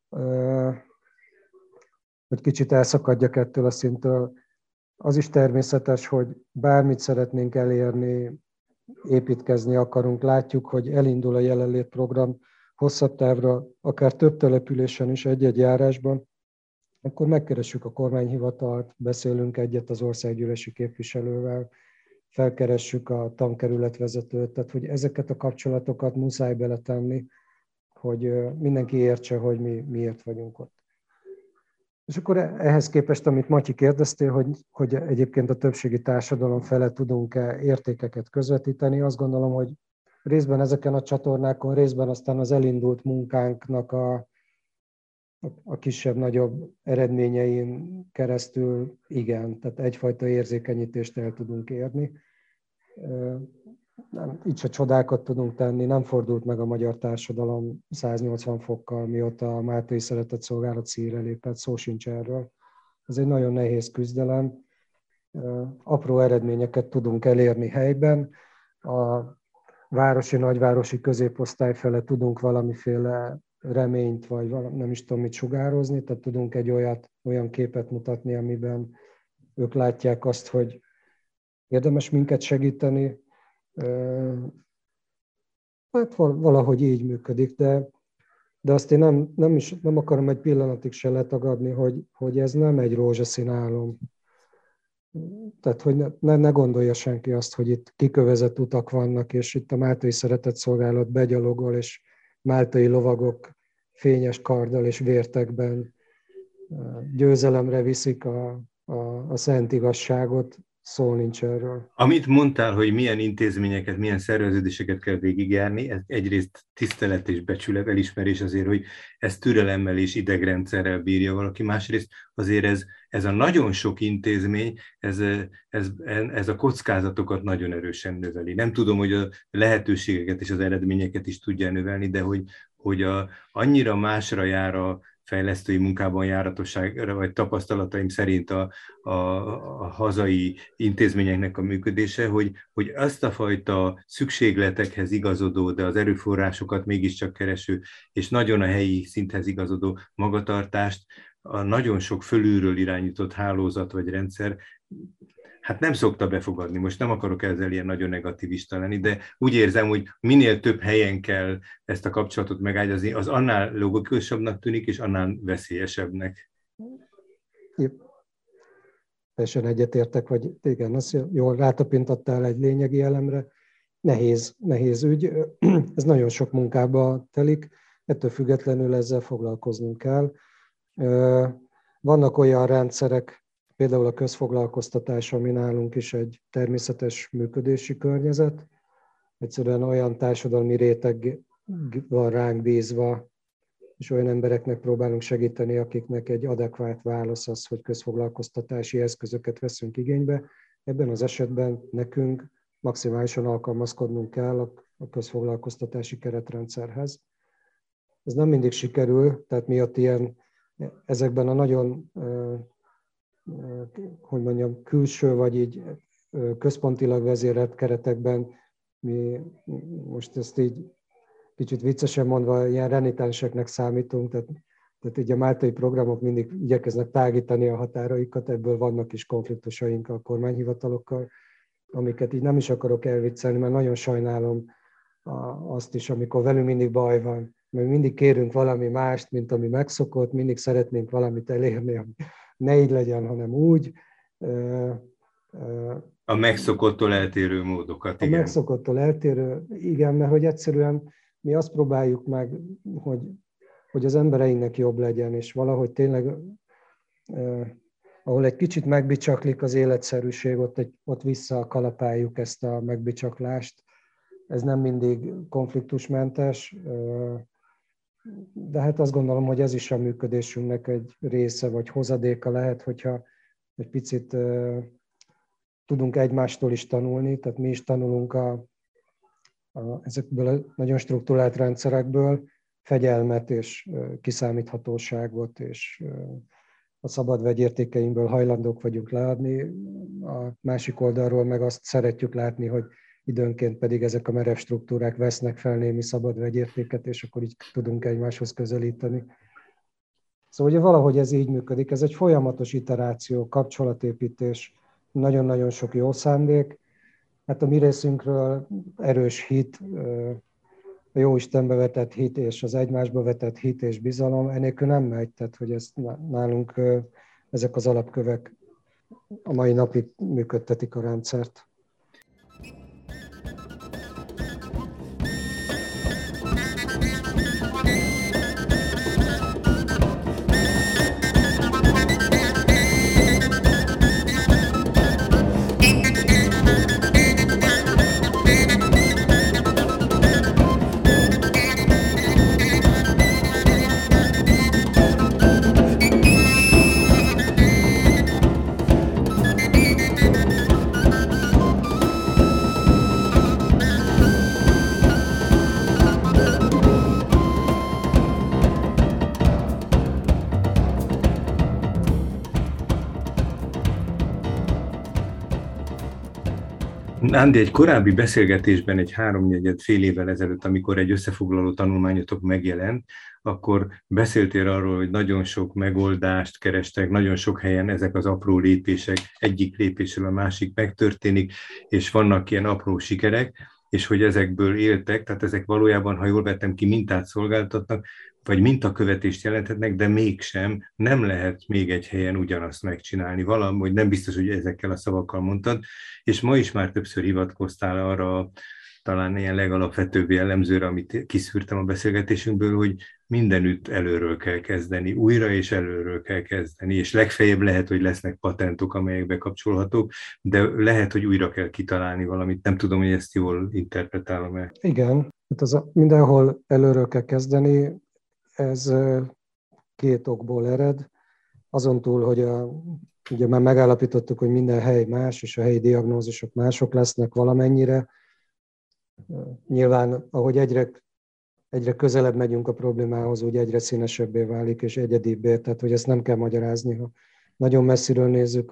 hogy kicsit elszakadjak ettől a szinttől, az is természetes, hogy bármit szeretnénk elérni, építkezni akarunk, látjuk, hogy elindul a jelenlétprogram hosszabb távra, akár több településen is, egy-egy járásban, akkor megkeressük a kormányhivatalt, beszélünk egyet az országgyűlési képviselővel, felkeressük a tankerületvezetőt, tehát hogy ezeket a kapcsolatokat muszáj beletenni, hogy mindenki értse, hogy mi miért vagyunk ott. És akkor ehhez képest, amit Matyi kérdeztél, hogy egyébként a többségi társadalom fele tudunk-e értékeket közvetíteni, azt gondolom, hogy részben ezeken a csatornákon, részben aztán az elindult munkánknak a kisebb-nagyobb eredményein keresztül igen, tehát egyfajta érzékenyítést el tudunk érni. Így se csodákat tudunk tenni, nem fordult meg a magyar társadalom 180 fokkal, mióta a Máltai Szeretetszolgálat színre lépett, szó sincs erről. Ez egy nagyon nehéz küzdelem. Apró eredményeket tudunk elérni helyben. A városi, nagyvárosi középosztály fele tudunk valamiféle reményt, vagy nem is tudom mit sugározni, tehát tudunk egy olyan képet mutatni, amiben ők látják azt, hogy érdemes minket segíteni. Hát valahogy így működik, de azt én nem akarom egy pillanatig se letagadni, hogy ez nem egy rózsaszín álom. Tehát, hogy ne gondolja senki azt, hogy itt kikövezett utak vannak, és itt a Máltai Szeretetszolgálat begyalogol, és máltai lovagok fényes karddal és vértekben győzelemre viszik a szent igazságot, szó nincs erről. Amit mondtál, hogy milyen intézményeket, milyen szerveződéseket kell végigjárni, ez egyrészt tisztelet és becsület, elismerés azért, hogy ez türelemmel és idegrendszerrel bírja valaki, másrészt azért ez a nagyon sok intézmény, ez a kockázatokat nagyon erősen növeli. Nem tudom, hogy a lehetőségeket és az eredményeket is tudja növelni, de hogy annyira másra jár a fejlesztői munkában járatosságra, vagy tapasztalataim szerint a hazai intézményeknek a működése, hogy azt a fajta szükségletekhez igazodó, de az erőforrásokat mégiscsak kereső, és nagyon a helyi szinthez igazodó magatartást a nagyon sok fölülről irányított hálózat vagy rendszer hát nem szokta befogadni. Most nem akarok ezzel ilyen nagyon negativista lenni, de úgy érzem, hogy minél több helyen kell ezt a kapcsolatot megágyazni, az annál logikusabbnak tűnik, és annál veszélyesebbnek. Teljesen egyetértek, hogy igen, azt jól rátapintottál egy lényegi elemre. Nehéz ügy. Ez nagyon sok munkába telik, ettől függetlenül ezzel foglalkoznunk kell. Vannak olyan rendszerek, például a közfoglalkoztatás, ami nálunk is egy természetes működési környezet. Egyszerűen olyan társadalmi réteg van ránk bízva, és olyan embereknek próbálunk segíteni, akiknek egy adekvát válasz az, hogy közfoglalkoztatási eszközöket veszünk igénybe. Ebben az esetben nekünk maximálisan alkalmazkodnunk kell a közfoglalkoztatási keretrendszerhez. Ez nem mindig sikerül, tehát miatt ezekben a nagyon külső vagy így központilag vezérelt keretekben mi most ezt így kicsit viccesen mondva ilyen renitánseknek számítunk, tehát így a máltai programok mindig igyekeznek tágítani a határaikat, ebből vannak is konfliktusaink a kormányhivatalokkal, amiket így nem is akarok elviccelni, mert nagyon sajnálom azt is, amikor velünk mindig baj van, mert mindig kérünk valami mást, mint ami megszokott, mindig szeretnénk valamit elérni, hogy ne így legyen, hanem úgy. A megszokottól eltérő módokat, igen. A megszokottól eltérő, igen, mert hogy egyszerűen mi azt próbáljuk meg, hogy az embereinknek jobb legyen, és valahogy tényleg, ahol egy kicsit megbicsaklik az életszerűség, ott visszakalapáljuk ezt a megbicsaklást. Ez nem mindig konfliktusmentes, de hát azt gondolom, hogy ez is a működésünknek egy része, vagy hozadéka lehet, hogyha egy picit tudunk egymástól is tanulni, tehát mi is tanulunk ezekből a nagyon struktúrált rendszerekből fegyelmet és kiszámíthatóságot, és a szabad vegyértékeinkből hajlandók vagyunk leadni. A másik oldalról meg azt szeretjük látni, hogy időnként pedig ezek a merev struktúrák vesznek fel némi szabad vegyértéket, és akkor így tudunk egymáshoz közelíteni. Szóval ugye valahogy ez így működik. Ez egy folyamatos iteráció, kapcsolatépítés, nagyon-nagyon sok jó szándék. Hát a mi részünkről erős hit, a Jóistenbe vetett hit és az egymásba vetett hit és bizalom, enélkül nem megy, tehát hogy ez nálunk ezek az alapkövek a mai napig működtetik a rendszert. Ándi, egy korábbi beszélgetésben, egy 3-4 fél évvel ezelőtt, amikor egy összefoglaló tanulmányotok megjelent, akkor beszéltél arról, hogy nagyon sok megoldást kerestek, nagyon sok helyen ezek az apró lépések, egyik lépésről a másik megtörténik, és vannak ilyen apró sikerek, és hogy ezekből éltek, tehát ezek valójában, ha jól vettem ki, mintát szolgáltatnak, vagy mintakövetést jelenthetnek, de mégsem, nem lehet még egy helyen ugyanazt megcsinálni. Valahogy nem biztos, hogy ezekkel a szavakkal mondtad, és ma is már többször hivatkoztál arra, talán ilyen legalapvetőbb jellemzőre, amit kiszűrtem a beszélgetésünkből, hogy mindenütt előről kell kezdeni, újra és előről kell kezdeni, és legfeljebb lehet, hogy lesznek patentok, amelyek bekapcsolhatók, de lehet, hogy újra kell kitalálni valamit. Nem tudom, hogy ezt jól interpretálom-e. Igen, hát mindenhol előről kell kezdeni, ez 2 okból ered. Azon túl, hogy ugye már megállapítottuk, hogy minden hely más, és a helyi diagnózisok mások lesznek valamennyire. Nyilván, ahogy egyre közelebb megyünk a problémához, úgy egyre színesebbé válik, és egyedibbé, tehát hogy ezt nem kell magyarázni. Ha nagyon messziről nézzük,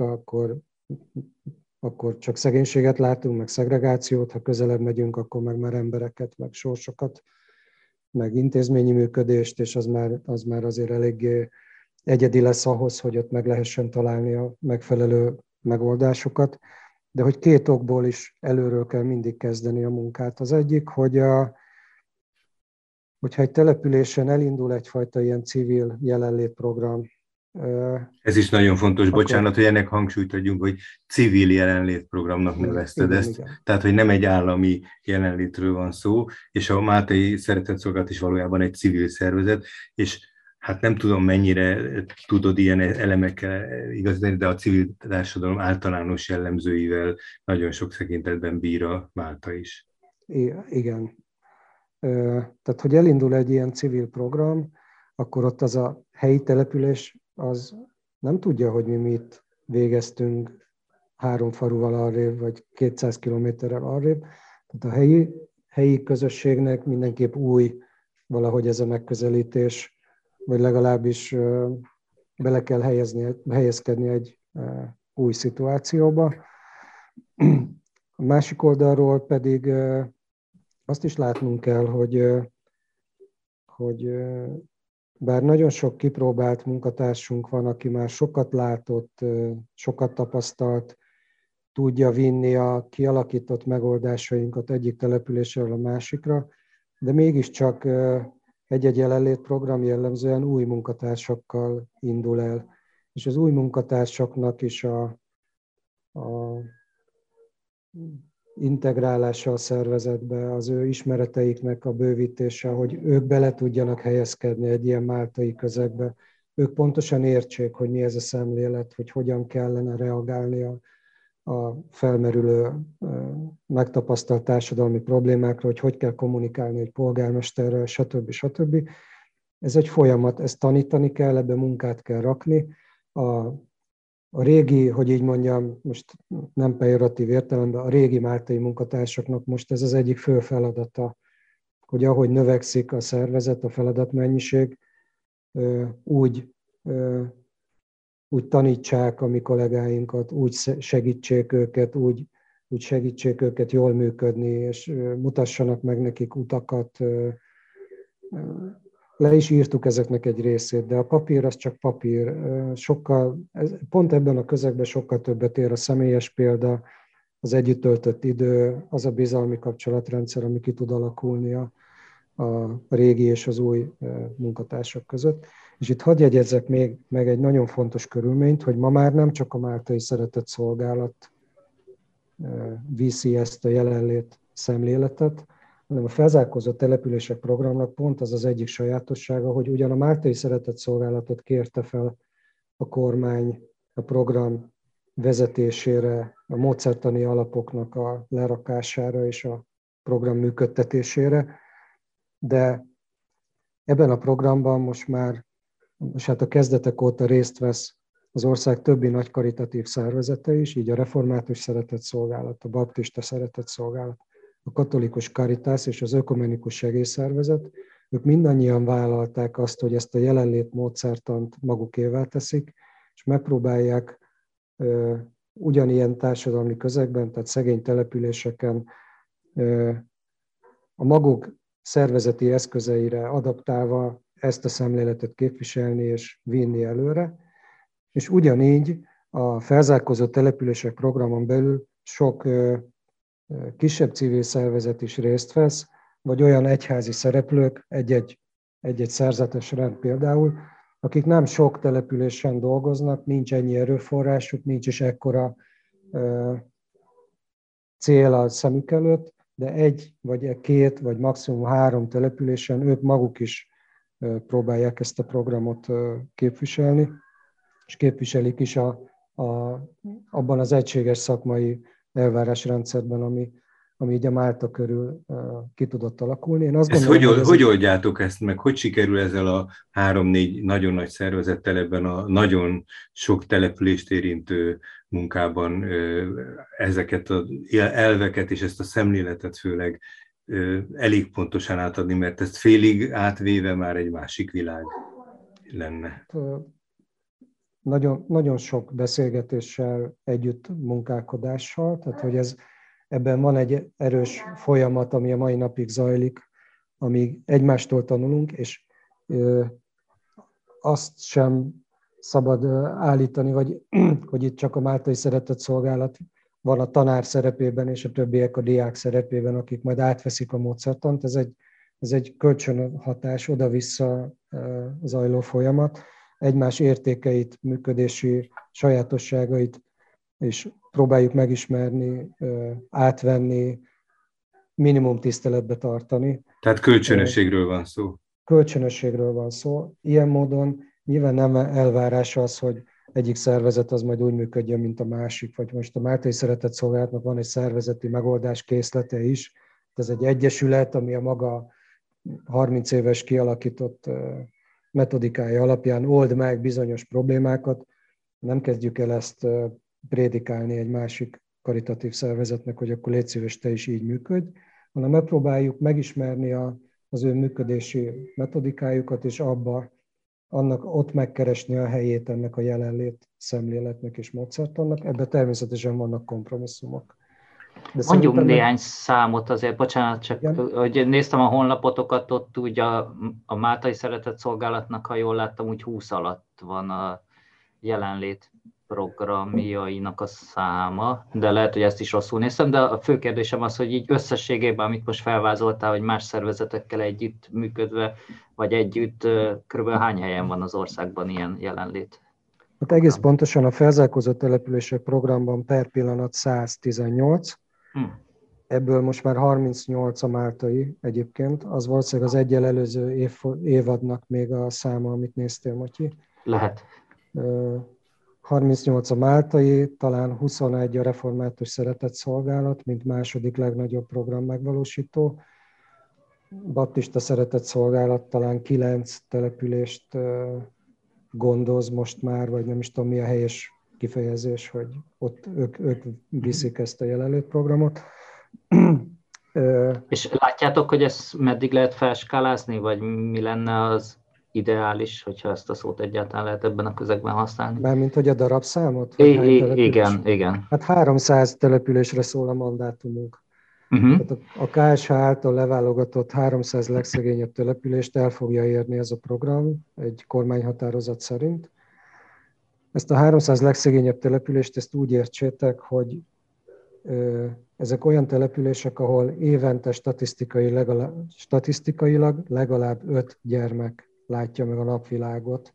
akkor csak szegénységet látunk, meg szegregációt, ha közelebb megyünk, akkor meg már embereket, meg sorsokat, meg intézményi működést, és az már azért eléggé egyedi lesz ahhoz, hogy ott meg lehessen találni a megfelelő megoldásokat. De hogy 2 okból is előről kell mindig kezdeni a munkát. Az egyik, hogyha egy településen elindul egyfajta ilyen civil jelenlétprogram. Ez is nagyon fontos, bocsánat, hogy ennek hangsúlyt adjunk, hogy civil jelenlétprogramnak nevezted ezt. Igen. Tehát, hogy nem egy állami jelenlétről van szó, és a Máltai Szeretetszolgálat is valójában egy civil szervezet, és hát nem tudom, mennyire tudod ilyen elemekkel igazítani, de a civil társadalom általános jellemzőivel nagyon sok tekintetben bír a Málta is. Igen. Tehát, hogy elindul egy ilyen civil program, akkor ott az a helyi település az nem tudja, hogy mi mit végeztünk 3 faluval arrébb, vagy 200 kilométerrel arrébb. Tehát a helyi közösségnek mindenképp új valahogy ez a megközelítés, vagy legalábbis bele kell helyezkedni egy új szituációba. A másik oldalról pedig azt is látnunk kell, hogy bár nagyon sok kipróbált munkatársunk van, aki már sokat látott, sokat tapasztalt, tudja vinni a kialakított megoldásainkat egyik településről a másikra, de mégiscsak egy-egy jelenlétprogram jellemzően új munkatársakkal indul el. És az új munkatársaknak is a integrálása a szervezetbe, az ő ismereteiknek a bővítése, hogy ők bele tudjanak helyezkedni egy ilyen máltai közegbe. Ők pontosan értsék, hogy mi ez a szemlélet, hogy hogyan kellene reagálni a felmerülő, megtapasztalt társadalmi problémákra, hogy kell kommunikálni egy polgármesterrel, stb. Ez egy folyamat, ezt tanítani kell, ebbe munkát kell rakni. A régi, hogy így mondjam, most nem pejoratív értelemben, a régi máltai munkatársaknak most ez az egyik fő feladata, hogy ahogy növekszik a szervezet, a feladatmennyiség, úgy tanítsák a mi kollégáinkat, úgy segítsék őket jól működni, és mutassanak meg nekik utakat. Le is írtuk ezeknek egy részét, de a papír az csak papír. Pont ebben a közegben sokkal többet ér a személyes példa, az együtt töltött idő, az a bizalmi kapcsolatrendszer, ami ki tud alakulni a régi és az új munkatársak között. És itt hadd jegyezzek még meg egy nagyon fontos körülményt, hogy ma már nem csak a Máltai Szeretett Szolgálat viszi ezt a jelenlét szemléletet, hanem a felzárkózó települések programnak pont az az egyik sajátossága, hogy ugyan a Máltai Szeretett Szolgálatot kérte fel a kormány a program vezetésére, a módszertani alapoknak a lerakására és a program működtetésére, de ebben a programban most hát a kezdetek óta részt vesz az ország többi nagy karitatív szervezete is, így a Református Szeretett Szolgálat, a Baptista Szeretett Szolgálat, a Katolikus Caritas és az Ökumenikus Segélyszervezet. Ők mindannyian vállalták azt, hogy ezt a jelenlét módszertant magukévá teszik, és megpróbálják ugyanilyen társadalmi közegben, tehát szegény településeken a maguk szervezeti eszközeire adaptálva ezt a szemléletet képviselni és vinni előre. És ugyanígy a felzárkózó települések programon belül sok kisebb civil szervezet is részt vesz, vagy olyan egyházi szereplők, egy-egy szerzetes rend például, akik nem sok településen dolgoznak, nincs ennyi erőforrásuk, nincs is ekkora cél a szemük előtt, de egy, vagy két, vagy maximum 3 településen ők maguk is próbálják ezt a programot képviselni, és képviselik is abban az egységes szakmai elvárásrendszerben, ami így a Málta körül ki tudott alakulni. Én azt gondolom, hogy oldjátok ezt meg? Hogy sikerül ezzel a 3-4 nagyon nagy szervezettel ebben a nagyon sok települést érintő munkában ezeket az elveket és ezt a szemléletet főleg elég pontosan átadni, mert ezt félig átvéve már egy másik világ lenne? Nagyon, nagyon sok beszélgetéssel, együtt munkálkodással, tehát hogy ebben van egy erős folyamat, ami a mai napig zajlik, amíg egymástól tanulunk, és azt sem szabad állítani, hogy itt csak a Máltai Szeretett Szolgálat van a tanár szerepében, és a többiek a diák szerepében, akik majd átveszik a módszertant. Ez egy kölcsönhatás, oda-vissza zajló folyamat. Egymás értékeit, működési sajátosságait és próbáljuk megismerni, átvenni, minimum tiszteletbe tartani. Tehát kölcsönösségről van szó. Kölcsönösségről van szó. Ilyen módon nyilván nem elvárás az, hogy egyik szervezet az majd úgy működjön, mint a másik, vagy most a Máltai Szeretett Szolgálatnak van egy szervezeti megoldás készlete is. Ez egy egyesület, ami a maga 30 éves kialakított metodikája alapján old meg bizonyos problémákat. Nem kezdjük el ezt prédikálni egy másik karitatív szervezetnek, hogy akkor légy szíves, te is így működj, hanem megpróbáljuk megismerni az ő működési metodikájukat, és ott megkeresni a helyét ennek a jelenlét szemléletnek és módszertannak. Ebben természetesen vannak kompromisszumok. Mondjunk néhány számot azért, bocsánat, csak hogy néztem a honlapotokat, ott úgy a Máltai Szeretett Szolgálatnak, ha jól láttam, úgy 20 alatt van a jelenlét. programjainak a száma, de lehet, hogy ezt is rosszul néztem, de a fő kérdésem az, hogy így összességében, amit most felvázoltál, hogy más szervezetekkel együtt működve, vagy együtt, kb. Hány helyen van az országban ilyen jelenlét? Hát egész pontosan a felzárkózó települések programban per pillanat 118, ebből most már 38 a máltai egyébként, az valószínűleg az egyel előző évadnak még a száma, amit néztél, Matyi. Lehet. 38 a máltai, talán 21 a református szeretett szolgálat, mint második legnagyobb program megvalósító. Baptista szeretett szolgálat talán 9 települést gondoz most már, vagy nem is tudom mi a helyes kifejezés, hogy ott ők viszik ezt a jelenlétprogramot. És látjátok, hogy ezt meddig lehet felskálázni, vagy mi lenne az ideális, hogyha ezt a szót egyáltalán lehet ebben a közegben használni? Mármint, hogy a darabszámot? Igen. Hát 300 településre szól a mandátumunk. Tehát a KSH által leválogatott 300 legszegényebb települést el fogja érni ez a program egy kormányhatározat szerint. Ezt a 300 legszegényebb települést, ezt úgy értsétek, hogy ezek olyan települések, ahol évente statisztikailag legalább 5 gyermek látja meg a napvilágot.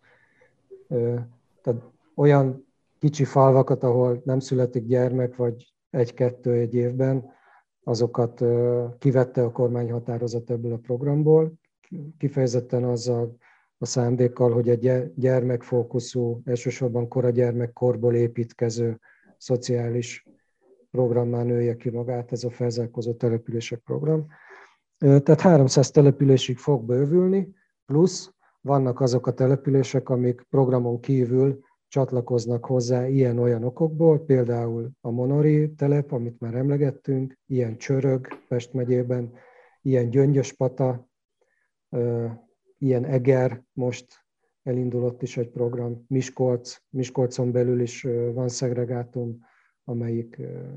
Tehát olyan kicsi falvakat, ahol nem születik gyermek, vagy 1-2 egy évben, azokat kivette a kormányhatározat ebből a programból, kifejezetten azzal a szándékkal, hogy egy gyermekfókuszú, elsősorban koragyermekkorból építkező szociális programmá nője ki magát ez a felzárkózó települések program. Tehát 300 településig fog bővülni, plusz vannak azok a települések, amik programon kívül csatlakoznak hozzá ilyen-olyan okokból, például a Monori telep, amit már emlegettünk, ilyen Csörög Pest megyében, ilyen Gyöngyöspata, ilyen Eger, most elindulott is egy program, Miskolcon belül is van szegregátum, amelyik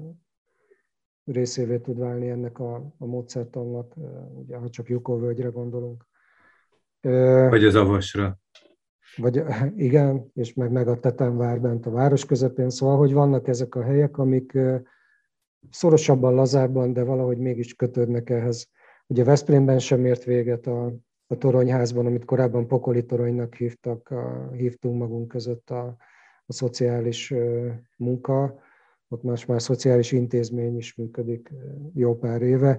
részévé tud válni ennek a módszertannak, ugye, ha csak Jukovölgyre gondolunk. Vagy az Avasra. Vagy igen, és meg a Tetemvár bent a város közepén, szóval, hogy vannak ezek a helyek, amik szorosabban, lazábban, de valahogy mégis kötődnek ehhez. Ugye Veszprémben sem ért véget a toronyházban, amit korábban Pokoli toronynak hívtunk magunk között a szociális munka, ott most már szociális intézmény is működik jó pár éve.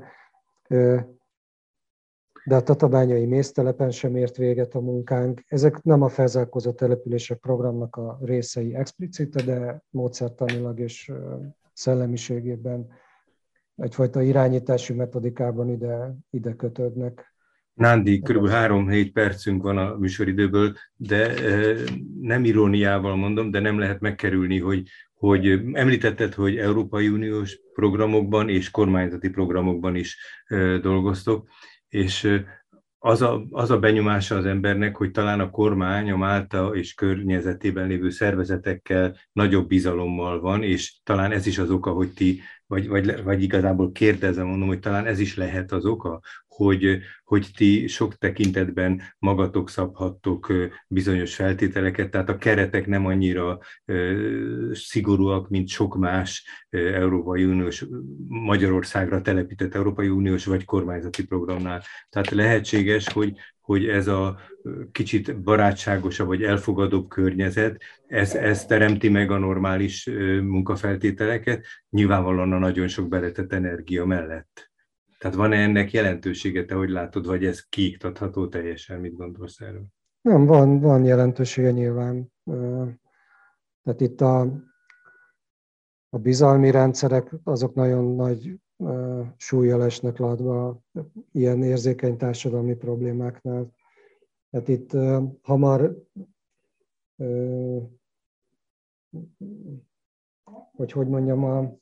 De a tatabányai méztelepen sem ért véget a munkánk. Ezek nem a felzárkózó települések programnak a részei explicite, de módszertanilag és szellemiségében egyfajta irányítási metodikában ide kötődnek. Nándi, kb. 3-4 percünk van a műsoridőből, de nem iróniával mondom, de nem lehet megkerülni, hogy említetted, hogy Európai Uniós programokban és kormányzati programokban is dolgoztok, és az a benyomása az embernek, hogy talán a kormány a Málta és környezetében lévő szervezetekkel nagyobb bizalommal van, és talán ez is az oka, hogy ti, vagy igazából kérdezem, mondom, hogy talán ez is lehet az oka, hogy ti sok tekintetben magatok szabhattok bizonyos feltételeket, tehát a keretek nem annyira szigorúak, mint sok más Európai Uniós, Magyarországra telepített Európai Uniós vagy kormányzati programnál. Tehát lehetséges, hogy ez a kicsit barátságosabb vagy elfogadóbb környezet, ez teremti meg a normális munkafeltételeket, nyilvánvalóan a nagyon sok beletett energia mellett. Tehát van-e ennek jelentősége, te hogy látod, vagy ez kiiktatható teljesen? Mit gondolsz erről? Nem, van jelentősége nyilván. Tehát itt a bizalmi rendszerek, azok nagyon nagy súllyal esnek latba ilyen érzékeny társadalmi problémáknál. Tehát itt hamar, hogy mondjam,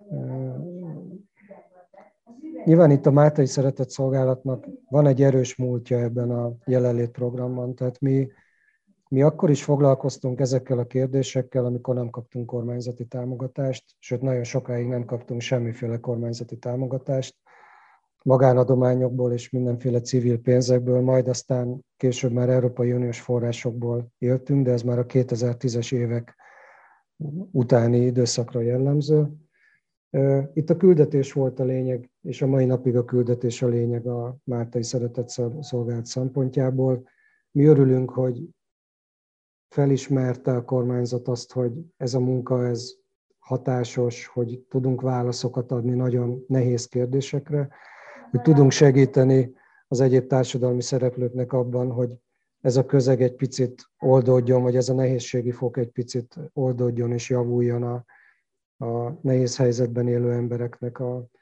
nyilván itt a Máltai Szeretett Szolgálatnak van egy erős múltja ebben a jelenlétprogramban, tehát mi akkor is foglalkoztunk ezekkel a kérdésekkel, amikor nem kaptunk kormányzati támogatást, sőt nagyon sokáig nem kaptunk semmiféle kormányzati támogatást, magánadományokból és mindenféle civil pénzekből, majd aztán később már Európai Uniós forrásokból éltünk, de ez már a 2010-es évek utáni időszakra jellemző. Itt a küldetés volt a lényeg, és a mai napig a küldetés a lényeg a Máltai Szeretetszolgálat szempontjából. Mi örülünk, hogy felismerte a kormányzat azt, hogy ez a munka, ez hatásos, hogy tudunk válaszokat adni nagyon nehéz kérdésekre, hogy tudunk segíteni az egyéb társadalmi szereplőknek abban, hogy ez a közeg egy picit oldódjon, vagy ez a nehézségi fok egy picit oldódjon és javuljon a nehéz helyzetben élő embereknek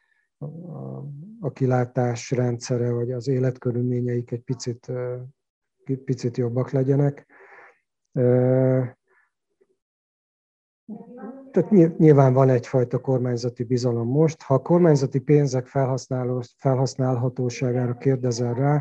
a kilátás rendszere, vagy az életkörülményeik egy picit jobbak legyenek. Tehát nyilván van egyfajta kormányzati bizalom most. Ha a kormányzati pénzek felhasználhatóságára kérdezel rá,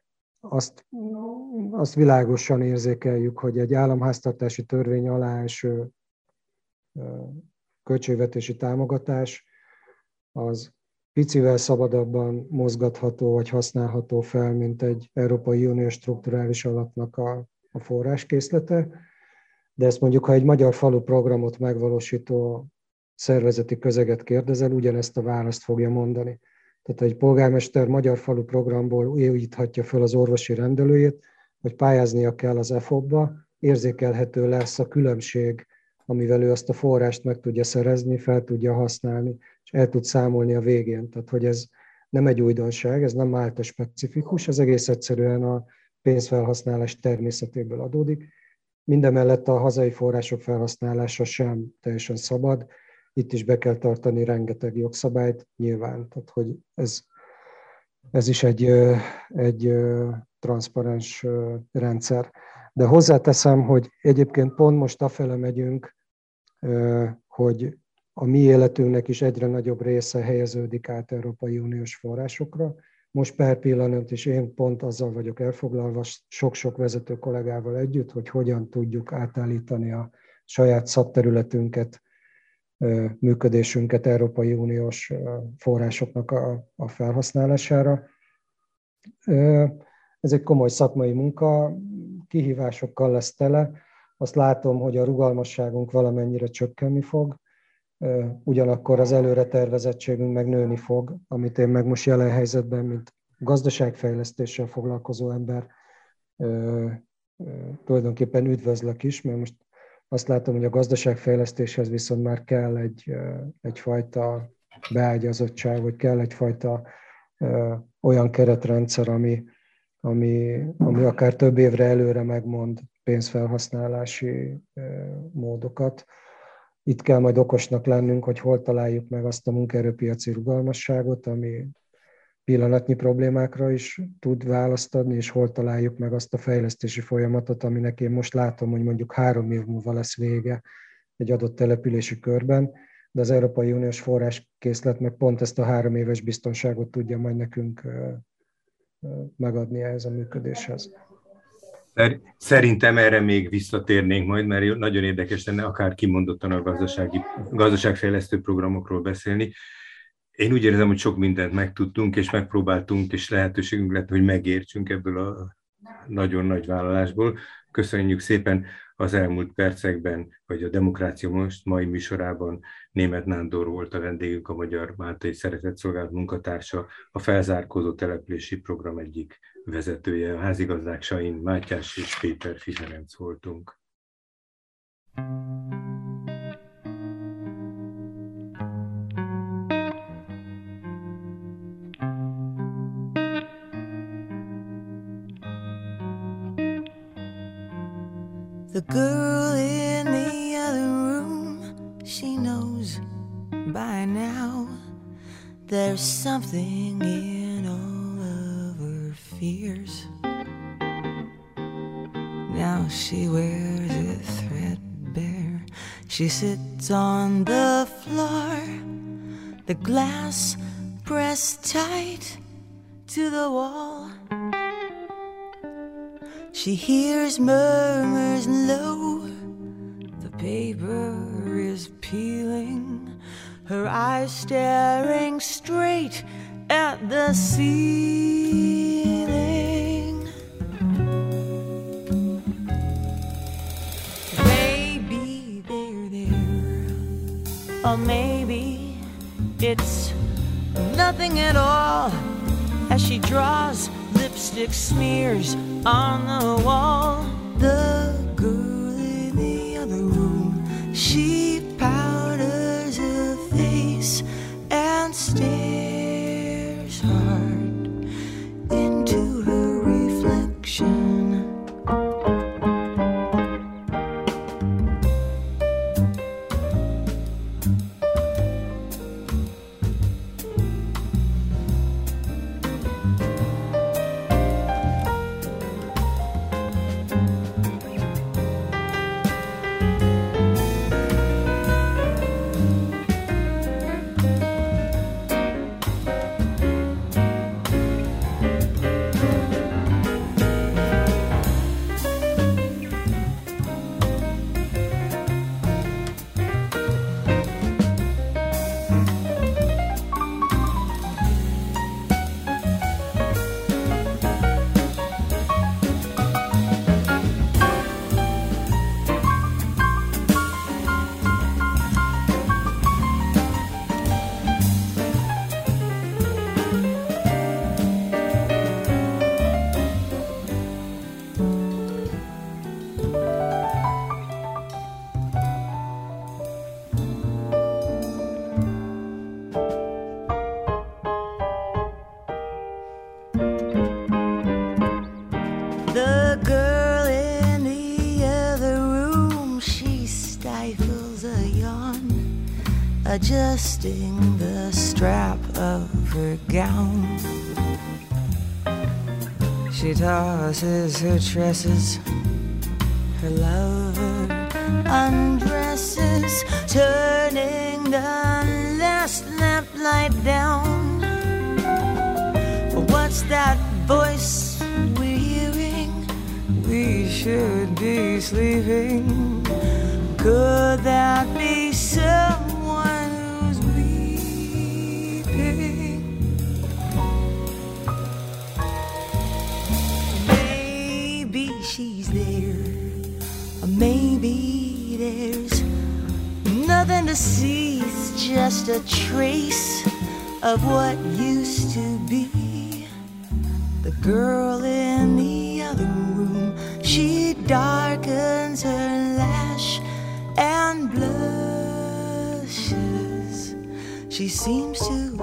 azt világosan érzékeljük, hogy egy államháztartási törvény alá eső költségvetési támogatás az picivel szabadabban mozgatható vagy használható fel, mint egy Európai Uniós strukturális alapnak a forráskészlete. De ezt mondjuk, ha egy magyar falu programot megvalósító szervezeti közeget kérdezel, ugyanezt a választ fogja mondani. Tehát egy polgármester magyar falu programból újíthatja fel az orvosi rendelőjét, hogy pályáznia kell az EFOP-ba, érzékelhető lesz a különbség, amivel ő azt a forrást meg tudja szerezni, fel tudja használni, és el tud számolni a végén. Tehát, hogy ez nem egy újdonság, ez nem Málta specifikus, ez egész egyszerűen a pénzfelhasználás természetéből adódik. Mindemellett a hazai források felhasználása sem teljesen szabad. Itt is be kell tartani rengeteg jogszabályt, nyilván. Tehát, hogy ez is egy transzparens rendszer. De hozzáteszem, hogy egyébként pont most afele megyünk, hogy a mi életünknek is egyre nagyobb része helyeződik át Európai Uniós forrásokra. Most per pillanat is én pont azzal vagyok elfoglalva sok-sok vezető kollégával együtt, hogy hogyan tudjuk átállítani a saját szakterületünket, működésünket Európai Uniós forrásoknak a felhasználására. Ez egy komoly szakmai munka, kihívásokkal lesz tele. Azt látom, hogy a rugalmasságunk valamennyire csökkenni fog, ugyanakkor az előre tervezettségünk meg nőni fog, amit én meg most jelen helyzetben, mint gazdaságfejlesztéssel foglalkozó ember tulajdonképpen üdvözlök is, mert most azt látom, hogy a gazdaságfejlesztéshez viszont már kell egyfajta beágyazottság, vagy kell egyfajta olyan keretrendszer, ami akár több évre előre megmond pénzfelhasználási módokat. Itt kell majd okosnak lennünk, hogy hol találjuk meg azt a munkaerőpiaci rugalmasságot, ami pillanatnyi problémákra is tud választ adni, és hol találjuk meg azt a fejlesztési folyamatot, aminek én most látom, hogy mondjuk 3 év múlva lesz vége egy adott települési körben, de az Európai Uniós forráskészlet meg pont ezt a 3 éves biztonságot tudja majd nekünk megadni ehhez a működéshez. Szerintem erre még visszatérnénk majd, mert nagyon érdekes lenne akár kimondottan a gazdaságfejlesztő programokról beszélni. Én úgy érzem, hogy sok mindent megtudtunk, és megpróbáltunk, és lehetőségünk lett, hogy megértsünk ebből a nagyon nagy vállalásból. Köszönjük szépen az elmúlt percekben, vagy a Demokrácia Most mai műsorában Németh Nándor volt a vendégünk, a Magyar Máltai Szeretetszolgálat munkatársa, a felzárkózó települési program egyik vezetője. A házigazdák Sain Mátyás és Péter Ferenc voltunk. The girl in the other room, she knows by now there's something in all of her fears. Now she wears it threadbare. She sits on the floor, the glass pressed tight to the wall. She hears murmurs low, the paper is peeling, her eyes staring straight at the ceiling. Baby, there Or maybe it's nothing at all, as she draws lipstick smears on the wall. The girl in the other room, she powders her face and stares hard into her reflection. The girl in the other room, she stifles a yawn, adjusting the strap of her gown. She tosses her tresses, her lover undresses, turning the last lamplight down. What's that voice we're hearing? We should be sleeping. Could that be someone who's weeping? Maybe she's there, or maybe there's nothing to see. It's just a trace of what used to be. The girl in the other room, she darkens her lash and blushes. She seems to